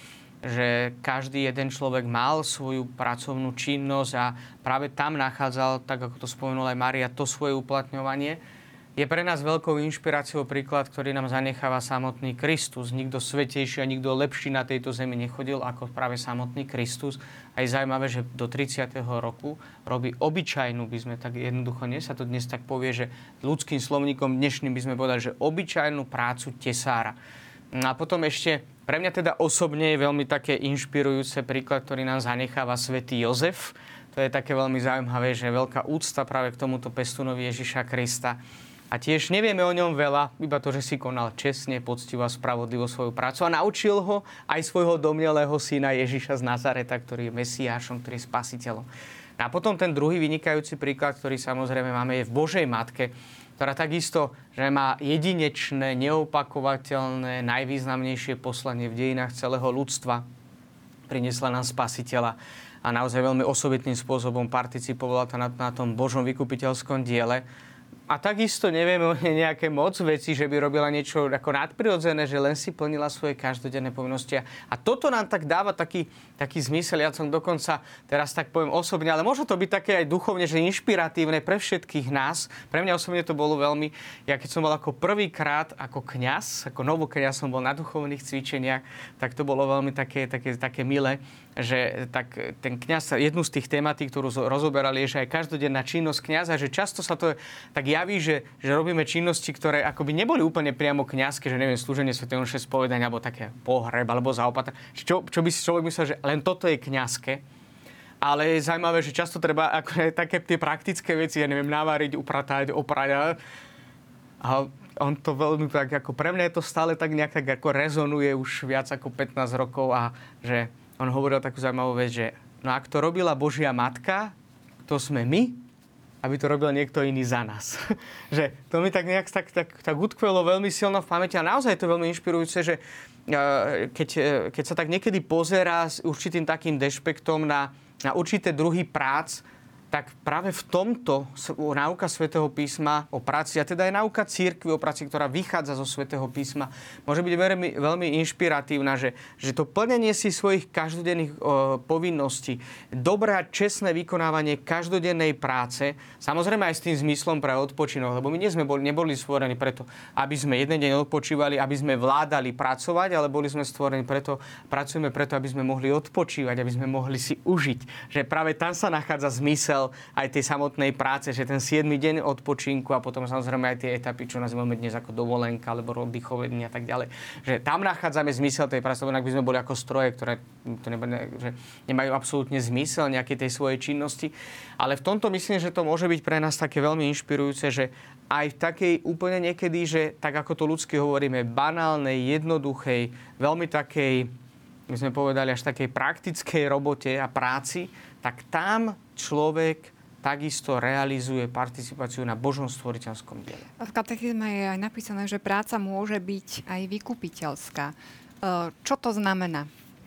C: že každý jeden človek mal svoju pracovnú činnosť a práve tam nachádzal, tak ako to spomenula aj Mária, to svoje uplatňovanie. Je pre nás veľkou inšpiráciou príklad, ktorý nám zanecháva samotný Kristus. Nikto svätejší a nikto lepší na tejto zemi nechodil ako práve samotný Kristus. A je zaujímavé, že do tridsiateho roku robí obyčajnú, by sme tak jednoducho, nie sa to dnes tak povie, že ľudským slovníkom dnešným by sme povedali, že obyčajnú prácu tesára. A potom ešte, pre mňa teda osobne je veľmi také inšpirujúce príklad, ktorý nám zanecháva svätý Jozef. To je také veľmi zaujímavé, že je veľká úcta práve k tomuto pestunovi Ježiša Krista. A tiež nevieme o ňom veľa, iba to, že si konal čestne, poctivo a spravodlivo svoju prácu a naučil ho aj svojho domnelého syna Ježiša z Nazareta, ktorý je Mesiášom, ktorý je spasiteľom. A potom ten druhý vynikajúci príklad, ktorý samozrejme máme, je v Božej Matke, ktorá takisto, že má jedinečné, neopakovateľné, najvýznamnejšie poslanie v dejinách celého ľudstva. Priniesla nám spasiteľa a naozaj veľmi osobitným spôsobom participovala na, na tom Božom vykupiteľskom diele. A takisto nevieme o nej nejaké moc veci, že by robila niečo ako nadprirodzené, že len si plnila svoje každodenné povinnosti. A toto nám tak dáva taký, taký zmysel. Ja som dokonca teraz tak poviem osobne, ale môže to byť také aj duchovne, že inšpiratívne pre všetkých nás. Pre mňa osobne to bolo veľmi, ja keď som bol ako prvýkrát ako kňaz, ako novokňaz som bol na duchovných cvičeniach, tak to bolo veľmi také, také, také milé, že tak ten kňaz, jednu z tých tematí, ktorú rozoberali, je, že aj každodenná činnosť kňaza, že často sa to tak javí, že, že robíme činnosti, ktoré akoby neboli úplne priamo kňazské, že neviem, slúženie svätej omše, spovedania, alebo také pohreb, alebo zaopatrenie. Čo, čo by si človek myslel, že len toto je kňazské. Ale je zaujímavé, že často treba ako také tie praktické veci, ja neviem, naváriť, upratať, oprať. A on to veľmi tak, ako pre mňa je to stále tak nejak tak ako rezonuje už viac ako pätnásť rokov a že on hovoril takú zaujímavú vec, že no ak to robila Božia Matka, to sme my, aby to robil niekto iný za nás. Že to mi tak nejak tak, tak, tak utkvelo veľmi silno v pamäti a naozaj je to veľmi inšpirujúce, že keď, keď sa tak niekedy pozerá s určitým takým dešpektom na, na určité druhy prác, tak práve v tomto náuka Svätého písma o práci, a teda aj náuka cirkvi o práci, ktorá vychádza zo Svätého písma, môže byť veľmi, veľmi inšpiratívna, že, že to plnenie si svojich každodenných o, povinností, dobré a čestné vykonávanie každodennej práce, samozrejme aj s tým zmyslom pre odpočinok, lebo my nie sme boli, neboli stvorení preto, aby sme jeden deň odpočívali, aby sme vládali pracovať, ale boli sme stvorení preto, pracujeme preto, aby sme mohli odpočívať, aby sme mohli si užiť. Že práve tam sa nachádza zmysel aj tej samotnej práce, že ten siedmy deň odpočinku a potom samozrejme aj tie etapy, čo nazývame dnes ako dovolenka alebo oddychové dni a tak ďalej. Že tam nachádzame zmysel tej práce, inak by sme boli ako stroje, ktoré to nemajú, že nemajú absolútne zmysel nejakej tej svojej činnosti. Ale v tomto myslím, že to môže byť pre nás také veľmi inšpirujúce, že aj v takej úplne niekedy, že tak ako to ľudsky hovoríme, banálnej, jednoduchej, veľmi takej, my sme povedali, až takej praktickej robote a práci, tak tam človek takisto realizuje participáciu na Božom stvoriteľskom diele.
A: V katechizme je aj napísané, že práca môže byť aj vykupiteľská. Čo to znamená?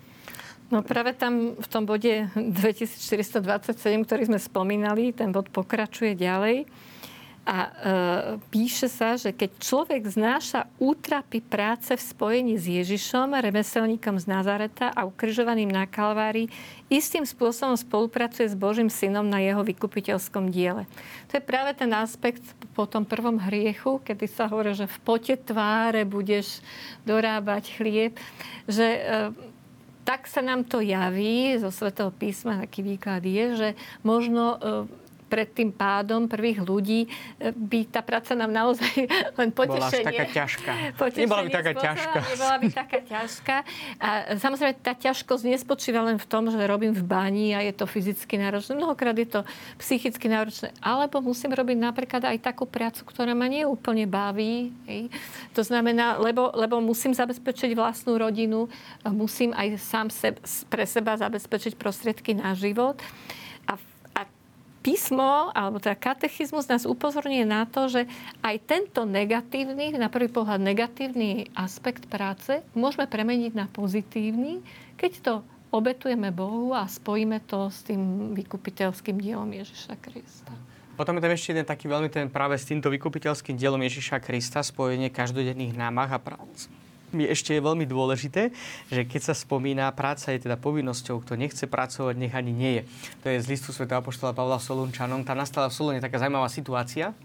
B: No práve tam v tom bode dvetisícštyristodvadsaťsedem, ktorý sme spomínali, ten bod pokračuje ďalej. A e, píše sa, že keď človek znáša útrapy práce v spojení s Ježišom, remeselníkom z Nazareta a ukrižovaným na Kalvárii, istým spôsobom spolupracuje s Božím synom na jeho vykupiteľskom diele. To je práve ten aspekt po tom prvom hriechu, kedy sa hovorí, že v pote tváre budeš dorábať chlieb, že e, tak sa nám to javí zo Svätého písma, taký výklad je, že možno e, pred tým pádom prvých ľudí by tá práca nám naozaj len potešenie.
C: Bola až taká ťažká. Nebola by taká ťažká.
B: Nebola by taká ťažká. A samozrejme, tá ťažkosť nespočíva len v tom, že robím v bani a je to fyzicky náročné. Mnohokrát je to psychicky náročné. Alebo musím robiť napríklad aj takú prácu, ktorá ma neúplne baví. Hej. To znamená, lebo, lebo musím zabezpečiť vlastnú rodinu, musím aj sám seb, pre seba zabezpečiť prostriedky na život. A, a písmo, alebo teda katechizmus nás upozorňuje na to, že aj tento negatívny, na prvý pohľad negatívny aspekt práce môžeme premeniť na pozitívny, keď to obetujeme Bohu a spojíme to s tým vykupiteľským dielom Ježiša Krista.
C: Potom je tam ešte jeden taký veľmi ten práve s týmto vykupiteľským dielom Ježiša Krista, spojenie každodenných námah a prác. Je ešte veľmi dôležité, že keď sa spomína, práca je teda povinnosťou, kto nechce pracovať, nech ani nie je. To je z listu svätého apoštola Pavla Solunčanom. Tam nastala v Solune taká zaujímavá situácia.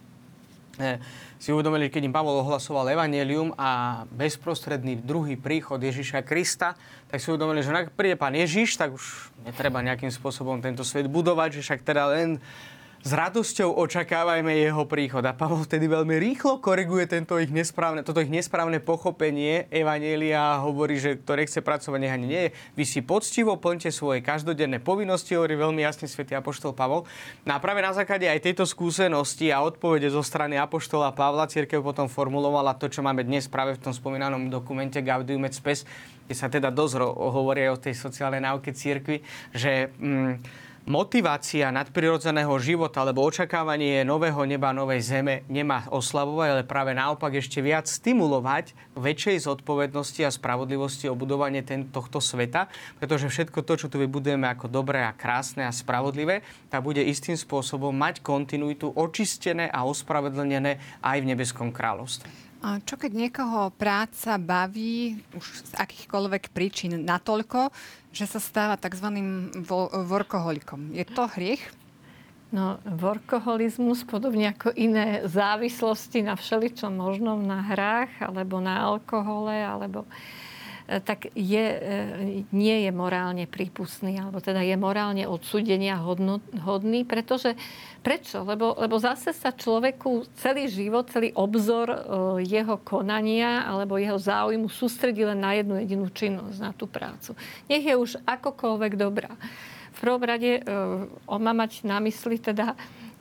C: E, si uvedomili, keď im Pavol ohlasoval evanjelium a bezprostredný druhý príchod Ježiša Krista, tak si uvedomili, že ak príde pán Ježiš, tak už netreba nejakým spôsobom tento svet budovať, že však teda len s radosťou očakávajme jeho príchod. A Pavol vtedy veľmi rýchlo koriguje tento ich nesprávne, toto ich nesprávne pochopenie evanjelia a hovorí, že kto nechce pracovať, nech ani nie je. Vy si poctivo plňte svoje každodenné povinnosti, hovorí veľmi jasne svätý apoštol Pavol. No a práve na základe aj tejto skúsenosti a odpovede zo strany apoštola Pavla cirkev potom formulovala to, čo máme dnes práve v tom spomínanom dokumente Gaudium et Spes, kde sa teda dosť hovorí o tej sociálnej náuke cirkvi, že mm, motivácia nadprirodzeného života alebo očakávanie nového neba, novej zeme nemá oslavovať, ale práve naopak ešte viac stimulovať väčšej zodpovednosti a spravodlivosti o budovanie ten, tohto sveta, pretože všetko to, čo tu vybudujeme ako dobré a krásne a spravodlivé, tak bude istým spôsobom mať kontinuitu očistené a ospravedlnené aj v nebeskom kráľovstve.
A: A čo keď niekoho práca baví už z akýchkoľvek príčin natoľko, že sa stáva tzv. workoholikom? Je to hriech?
B: No, workoholizmus, podobne ako iné závislosti na všeličom možnom, na hrách, alebo na alkohole, alebo tak je, nie je morálne prípustný, alebo teda je morálne odsúdenia hodný, pretože prečo? Lebo, lebo zase sa človeku celý život, celý obzor jeho konania alebo jeho záujmu sústredí len na jednu jedinú činnosť, na tú prácu. Nech je už akokoľvek dobrá. V prvom rade on má mať na mysli teda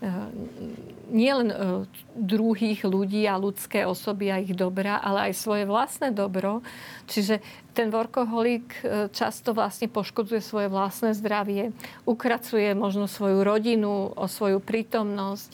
B: nie len druhých ľudí a ľudské osoby a ich dobrá, ale aj svoje vlastné dobro. Čiže ten workoholik často vlastne poškodzuje svoje vlastné zdravie, ukracuje možno svoju rodinu, o svoju prítomnosť,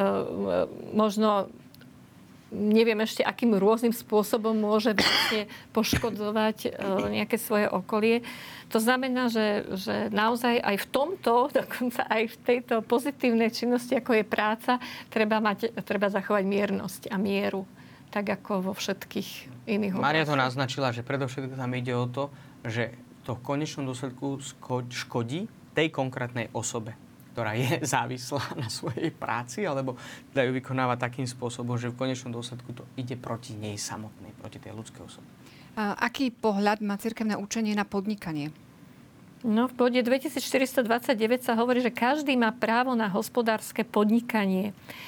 B: možno neviem ešte, akým rôznym spôsobom môže vlastne poškodzovať nejaké svoje okolie. To znamená, že, že naozaj aj v tomto, dokonca aj v tejto pozitívnej činnosti, ako je práca, treba, mať, treba zachovať miernosť a mieru, tak ako vo všetkých iných oblastiach.
C: Mária to naznačila, že predovšetkým tam ide o to, že to v konečnom dôsledku škodí tej konkrétnej osobe, ktorá je závislá na svojej práci, alebo teda ju vykonáva takým spôsobom, že v konečnom dôsledku to ide proti nej samotnej, proti tej ľudskej osobe.
A: A aký pohľad má cirkevné učenie na podnikanie?
B: No, v bode dvetisícštyristodvadsaťdeväť sa hovorí, že každý má právo na hospodárske podnikanie.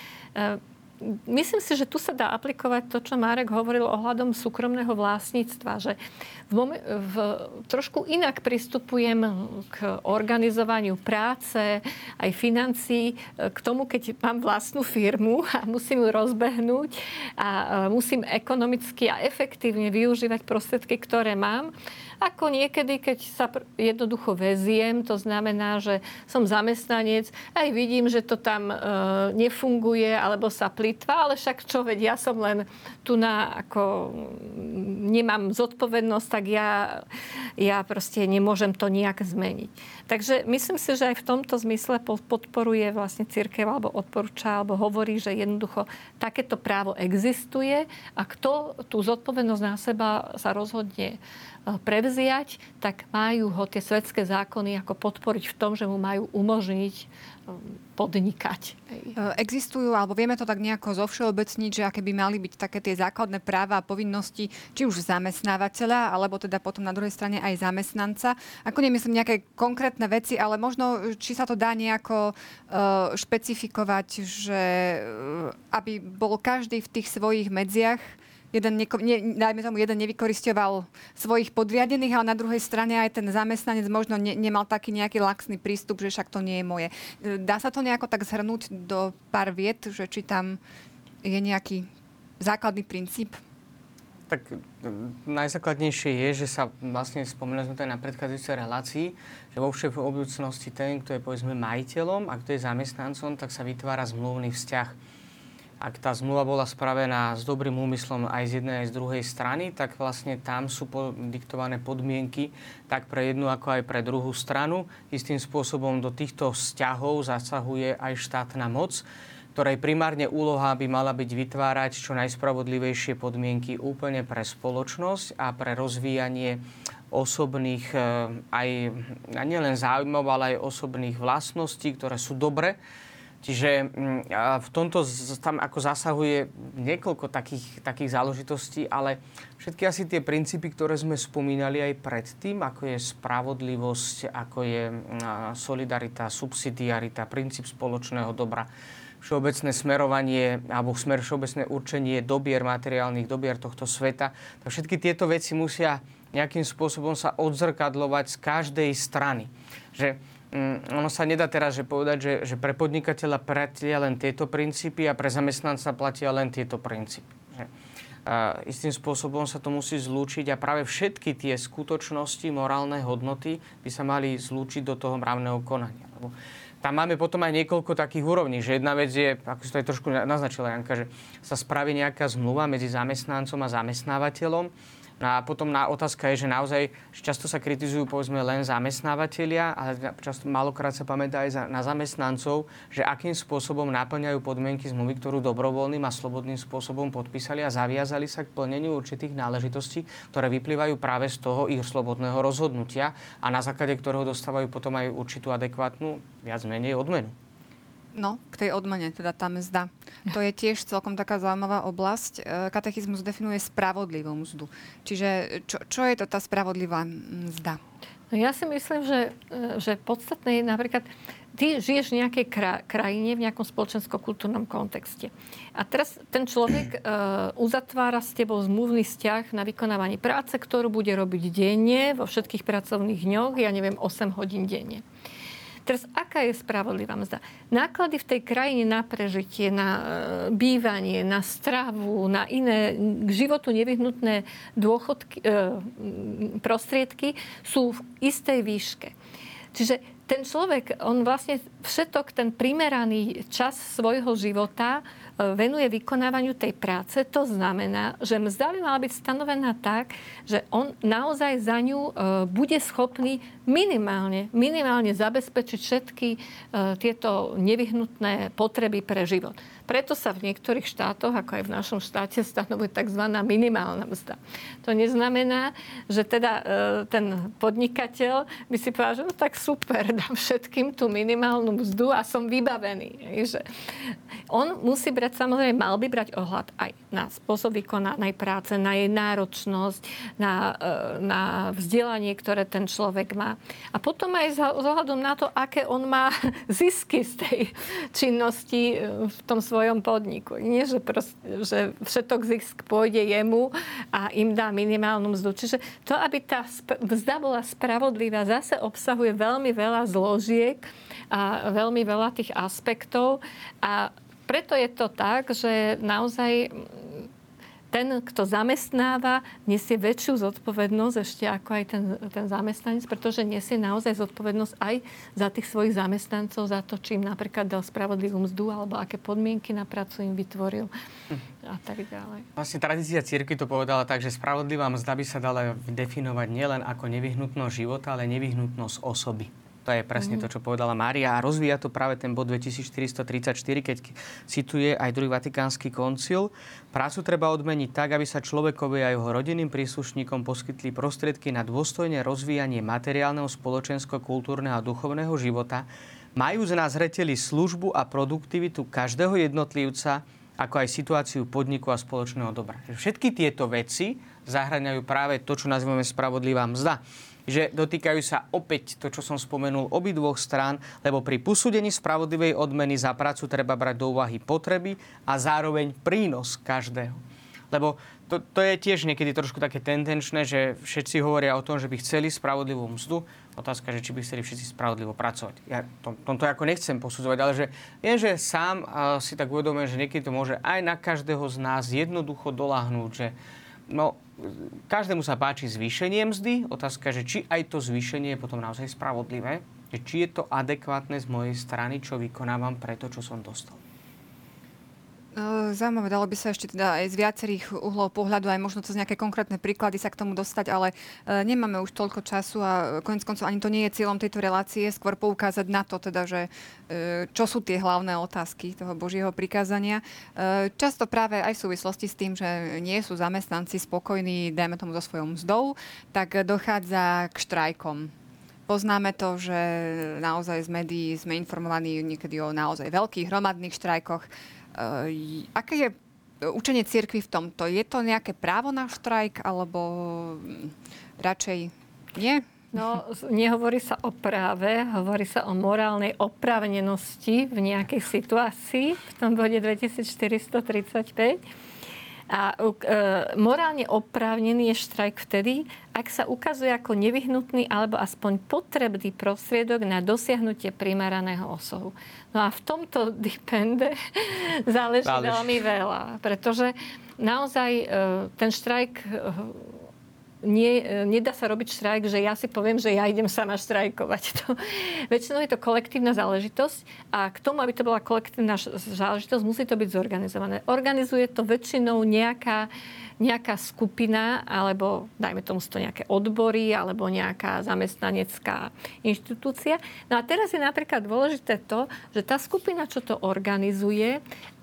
B: Myslím si, že tu sa dá aplikovať to, čo Marek hovoril ohľadom súkromného vlastníctva, že v momen- v, trošku inak pristupujem k organizovaniu práce, aj financií, k tomu, keď mám vlastnú firmu a musím ju rozbehnúť a musím ekonomicky a efektívne využívať prostriedky, ktoré mám. Ako niekedy, keď sa jednoducho veziem, to znamená, že som zamestnanec, aj vidím, že to tam e, nefunguje, alebo sa plýtva, ale však čo veď, ja som len tu na, ako nemám zodpovednosť, tak ja, ja proste nemôžem to nejak zmeniť. Takže myslím si, že aj v tomto zmysle podporuje vlastne cirkev, alebo odporúča, alebo hovorí, že jednoducho takéto právo existuje a kto tú zodpovednosť na seba sa rozhodne prevziať, tak majú ho tie svetské zákony ako podporiť v tom, že mu majú umožniť podnikať.
A: Existujú, alebo vieme to tak nejako zovšeobecniť, že aké by mali byť také tie základné práva a povinnosti, či už zamestnávateľa, alebo teda potom na druhej strane aj zamestnanca. Ako nemyslím nejaké konkrétne veci, ale možno, či sa to dá nejako uh, špecifikovať, že uh, aby bol každý v tých svojich medziach, jeden, neko, ne, dajme tomu, jeden nevykorisťoval svojich podriadených, ale na druhej strane aj ten zamestnanec možno ne, nemal taký nejaký laxný prístup, že však to nie je moje. Dá sa to nejako tak zhrnúť do pár viet, že či tam je nejaký základný princíp?
C: Tak najzákladnejšie je, že sa vlastne spomínali sme to aj na predchádzajúcej relácii, že vo všeobecnosti ten, kto je povedzme majiteľom a kto je zamestnancom, tak sa vytvára zmluvný vzťah. Ak tá zmluva bola spravená s dobrým úmyslom aj z jednej, aj z druhej strany, tak vlastne tam sú diktované podmienky tak pre jednu, ako aj pre druhú stranu. Istým spôsobom do týchto vzťahov zasahuje aj štátna moc, ktorej primárne úloha by mala byť vytvárať čo najspravodlivejšie podmienky úplne pre spoločnosť a pre rozvíjanie osobných aj nielen záujmov, ale aj osobných vlastností, ktoré sú dobre. Čiže v tomto tam ako zasahuje niekoľko takých, takých záležitostí, ale všetky asi tie princípy, ktoré sme spomínali aj predtým, ako je spravodlivosť, ako je solidarita, subsidiarita, princíp spoločného dobra, všeobecné smerovanie alebo smer všeobecné určenie dobier, materiálnych dobier tohto sveta. Tak všetky tieto veci musia nejakým spôsobom sa odzrkadľovať z každej strany. Že mm, ono sa nedá teraz že povedať, že, že pre podnikateľa platia len tieto princípy a pre zamestnanca platia len tieto princípy. Že, a, istým spôsobom sa to musí zlúčiť a práve všetky tie skutočnosti, morálne hodnoty by sa mali zlúčiť do toho mravného konania. Lebo tam máme potom aj niekoľko takých úrovní, že jedna vec je, ako si to aj trošku naznačila Janka, že sa spraví nejaká zmluva medzi zamestnancom a zamestnávateľom. No a potom na otázka je, že naozaj že často sa kritizujú povedzme len zamestnávateľia, ale často málokrát sa pamätá aj za, na zamestnancov, že akým spôsobom naplňajú podmienky zmluvy, ktorú dobrovoľným a slobodným spôsobom podpísali a zaviazali sa k plneniu určitých náležitostí, ktoré vyplývajú práve z toho ich slobodného rozhodnutia a na základe ktorého dostávajú potom aj určitú adekvátnu, viac menej odmenu.
A: No, k tej odmene, teda tá mzda. To je tiež celkom taká zaujímavá oblasť. Katechizmus definuje spravodlivú mzdu. Čiže čo, čo je to tá spravodlivá mzda?
B: No ja si myslím, že, že podstatné je napríklad, ty žiješ v nejakej krajine, v nejakom spoločensko-kultúrnom kontexte. A teraz ten človek uh, uzatvára s tebou zmluvný vzťah na vykonávanie práce, ktorú bude robiť denne, vo všetkých pracovných dňoch, ja neviem, osem hodín denne. Teraz, aká je spravodlivá mzda? Náklady v tej krajine na prežitie, na bývanie, na stravu, na iné k životu nevyhnutné dôchodky, prostriedky sú v istej výške. Čiže ten človek, on vlastne všetok ten primeraný čas svojho života venuje vykonávaniu tej práce. To znamená, že mzda by mala byť stanovená tak, že on naozaj za ňu bude schopný minimálne, minimálne zabezpečiť všetky tieto nevyhnutné potreby pre život. Preto sa v niektorých štátoch, ako aj v našom štáte, stanovuje tzv. Minimálna mzda. To neznamená, že teda ten podnikateľ by si povedal, že no tak super, dám všetkým tú minimálnu mzdu a som vybavený. Že on musí brať, samozrejme, mal by brať ohľad aj na spôsob vykonanej práce, na jej náročnosť, na, na vzdelanie, ktoré ten človek má. A potom aj s ohľadom na to, aké on má zisky z tej činnosti v tom svojom podniku. Nie, že, prost, že všetok zisk pôjde jemu a im dá minimálnu mzdu. Čiže to, aby tá mzda bola spravodlivá, zase obsahuje veľmi veľa zložiek a veľmi veľa tých aspektov. A preto je to tak, že naozaj ten, kto zamestnáva, nesie väčšiu zodpovednosť ešte ako aj ten, ten zamestnanec, pretože nesie naozaj zodpovednosť aj za tých svojich zamestnancov, za to, či im napríklad dal spravodlivú mzdu, alebo aké podmienky na prácu im vytvoril a tak ďalej.
C: Vlastne tradícia cirkvi to povedala tak, že spravodlivá mzda by sa dala definovať nielen ako nevyhnutnosť života, ale nevyhnutnosť osoby. To je presne mm. to, čo povedala Mária. A rozvíja to práve ten bod dvetisícštyristotridsaťštyri, keď cituje aj druhý vatikánsky koncil. Prácu treba odmeniť tak, aby sa človekovi a jeho rodinným príslušníkom poskytli prostriedky na dôstojné rozvíjanie materiálneho, spoločensko-kultúrneho a duchovného života, majúc na zreteli službu a produktivitu každého jednotlivca, ako aj situáciu podniku a spoločného dobra. Všetky tieto veci zahŕňajú práve to, čo nazývame spravodlivá mzda. že dotýkajú sa opäť to, čo som spomenul, obidvoch strán, lebo pri posúdení spravodlivej odmeny za prácu treba brať do úvahy potreby a zároveň prínos každého. Lebo to, to je tiež niekedy trošku také tendenčné, že všetci hovoria o tom, že by chceli spravodlivú mzdu. Otázka, že či by chceli všetci spravodlivo pracovať. Ja to, tomto ako nechcem posudzovať, ale že viem, že sám uh, si tak uvedomujem, že niekedy to môže aj na každého z nás jednoducho doľahnúť, že no, každému sa páči zvýšenie mzdy. Otázka, že či aj to zvýšenie je potom naozaj spravodlivé, že či je to adekvátne z mojej strany, čo vykonávam pre to, čo som dostal.
A: Zaujímavé, dalo by sa ešte teda aj z viacerých uhlov pohľadu, aj možno cez nejaké konkrétne príklady sa k tomu dostať, ale nemáme už toľko času a koniec koncov ani to nie je cieľom tejto relácie, skôr poukázať na to, teda, že čo sú tie hlavné otázky toho Božieho prikázania. Často práve aj v súvislosti s tým, že nie sú zamestnanci spokojní, dajme tomu so svojou mzdou, tak dochádza k štrajkom. Poznáme to, že naozaj z médií sme informovaní niekedy o naozaj veľkých hromadných štrajkoch. Uh, aké je učenie cirkvi v tomto? Je to nejaké právo na štrajk, alebo radšej nie?
B: No, nehovorí sa o práve, hovorí sa o morálnej oprávnenosti v nejakej situácii, v tom bode dvetisícštyristotridsaťpäť. A e, morálne oprávnený je štrajk vtedy, ak sa ukazuje ako nevyhnutný alebo aspoň potrebný prostriedok na dosiahnutie primeraného osohu. No a v tomto depende záleží Zálež. veľmi veľa, pretože naozaj e, ten štrajk e, Nie, nedá sa robiť štrajk, že ja si poviem, že ja idem sama štrajkovať. To, väčšinou je to kolektívna záležitosť a k tomu, aby to bola kolektívna záležitosť, musí to byť zorganizované. Organizuje to väčšinou nejaká, nejaká skupina, alebo dajme tomu to nejaké odbory, alebo nejaká zamestnanecká inštitúcia. No a teraz je napríklad dôležité to, že tá skupina, čo to organizuje,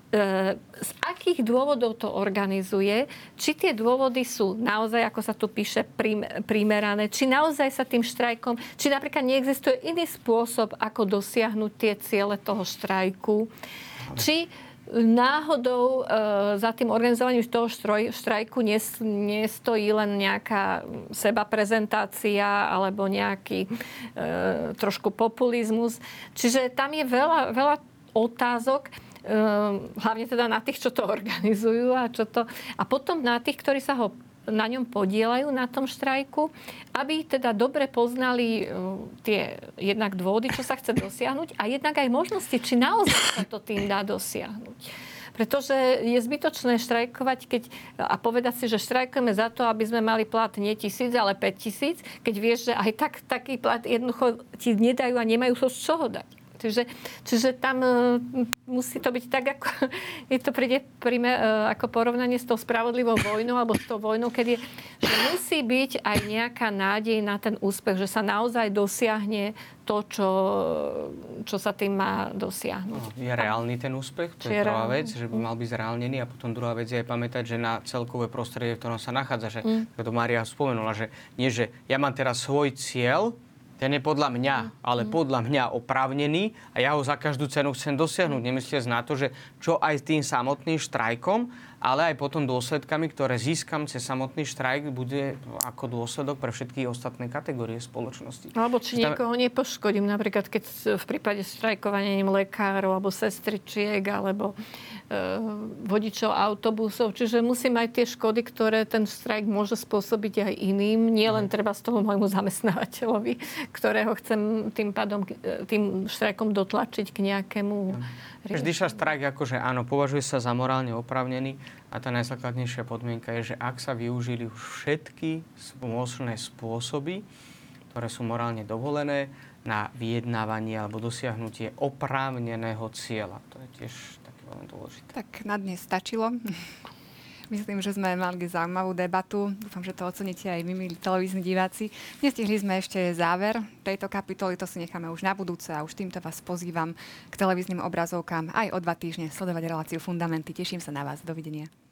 B: z akých dôvodov to organizuje, či tie dôvody sú naozaj, ako sa tu píše, primerané, či naozaj sa tým štrajkom, či napríklad neexistuje iný spôsob, ako dosiahnuť tie ciele toho štrajku, či náhodou e, za tým organizovaním toho štroj, štrajku nes, nestojí len nejaká sebaprezentácia alebo nejaký e, trošku populizmus. Čiže tam je veľa, veľa otázok, hlavne teda na tých, čo to organizujú a čo to... A potom na tých, ktorí sa ho na ňom podielajú, na tom štrajku, aby teda dobre poznali tie jednak dôvody, čo sa chce dosiahnuť a jednak aj možnosti, či naozaj sa to tým dá dosiahnuť. Pretože je zbytočné štrajkovať keď, a povedať si, že štrajkujeme za to, aby sme mali plat nie tisíc, ale päť tisíc, keď vieš, že aj tak, taký plat jednoducho ti nedajú a nemajú so z čoho dať. Čiže, čiže tam uh, musí to byť tak, ako je to príde príjme, uh, ako porovnanie s tou spravodlivou vojnou alebo s tou vojnou, keď je, že musí byť aj nejaká nádej na ten úspech, že sa naozaj dosiahne to, čo, čo sa tým má dosiahnuť. No,
C: je reálny ten úspech? To je prvá vec, že by mal byť zreálnený. A potom druhá vec je aj pamätať, že na celkové prostredie, v ktorom sa nachádza, že mm. to Mária spomenula, že nie, že ja mám teraz svoj cieľ, ten je podľa mňa, ale podľa mňa oprávnený a ja ho za každú cenu chcem dosiahnuť. Nemyslíte na to, že čo aj tým samotným štrajkom, ale aj potom dôsledkami, ktoré získam cez samotný štrajk, bude ako dôsledok pre všetky ostatné kategórie spoločnosti.
B: Alebo či niekoho nepoškodím, napríklad keď v prípade štrajkovania lekárov alebo sestričiek alebo e, vodičov autobusov. Čiže musím aj tie škody, ktoré ten štrajk môže spôsobiť aj iným, nie len treba z toho môjmu zamestnávateľovi, ktorého chcem tým pádom, tým štrajkom dotlačiť k nejakému riešeniu.
C: Vždy sa štrajk akože áno, považuje sa za morálne oprávnený a tá najzákladnejšia podmienka je, že ak sa využili už všetky možné spôsoby, ktoré sú morálne dovolené na vyjednávanie alebo dosiahnutie oprávneného cieľa. To je tiež také veľmi dôležité.
A: Tak na dnes stačilo. Myslím, že sme mali zaujímavú debatu. Dúfam, že to oceníte aj vy, milí televízni diváci. Nestihli sme ešte záver tejto kapitoly, to si necháme už na budúce a už týmto vás pozývam k televíznym obrazovkám aj o dva týždne sledovať reláciu Fundamenty. Teším sa na vás. Dovidenia.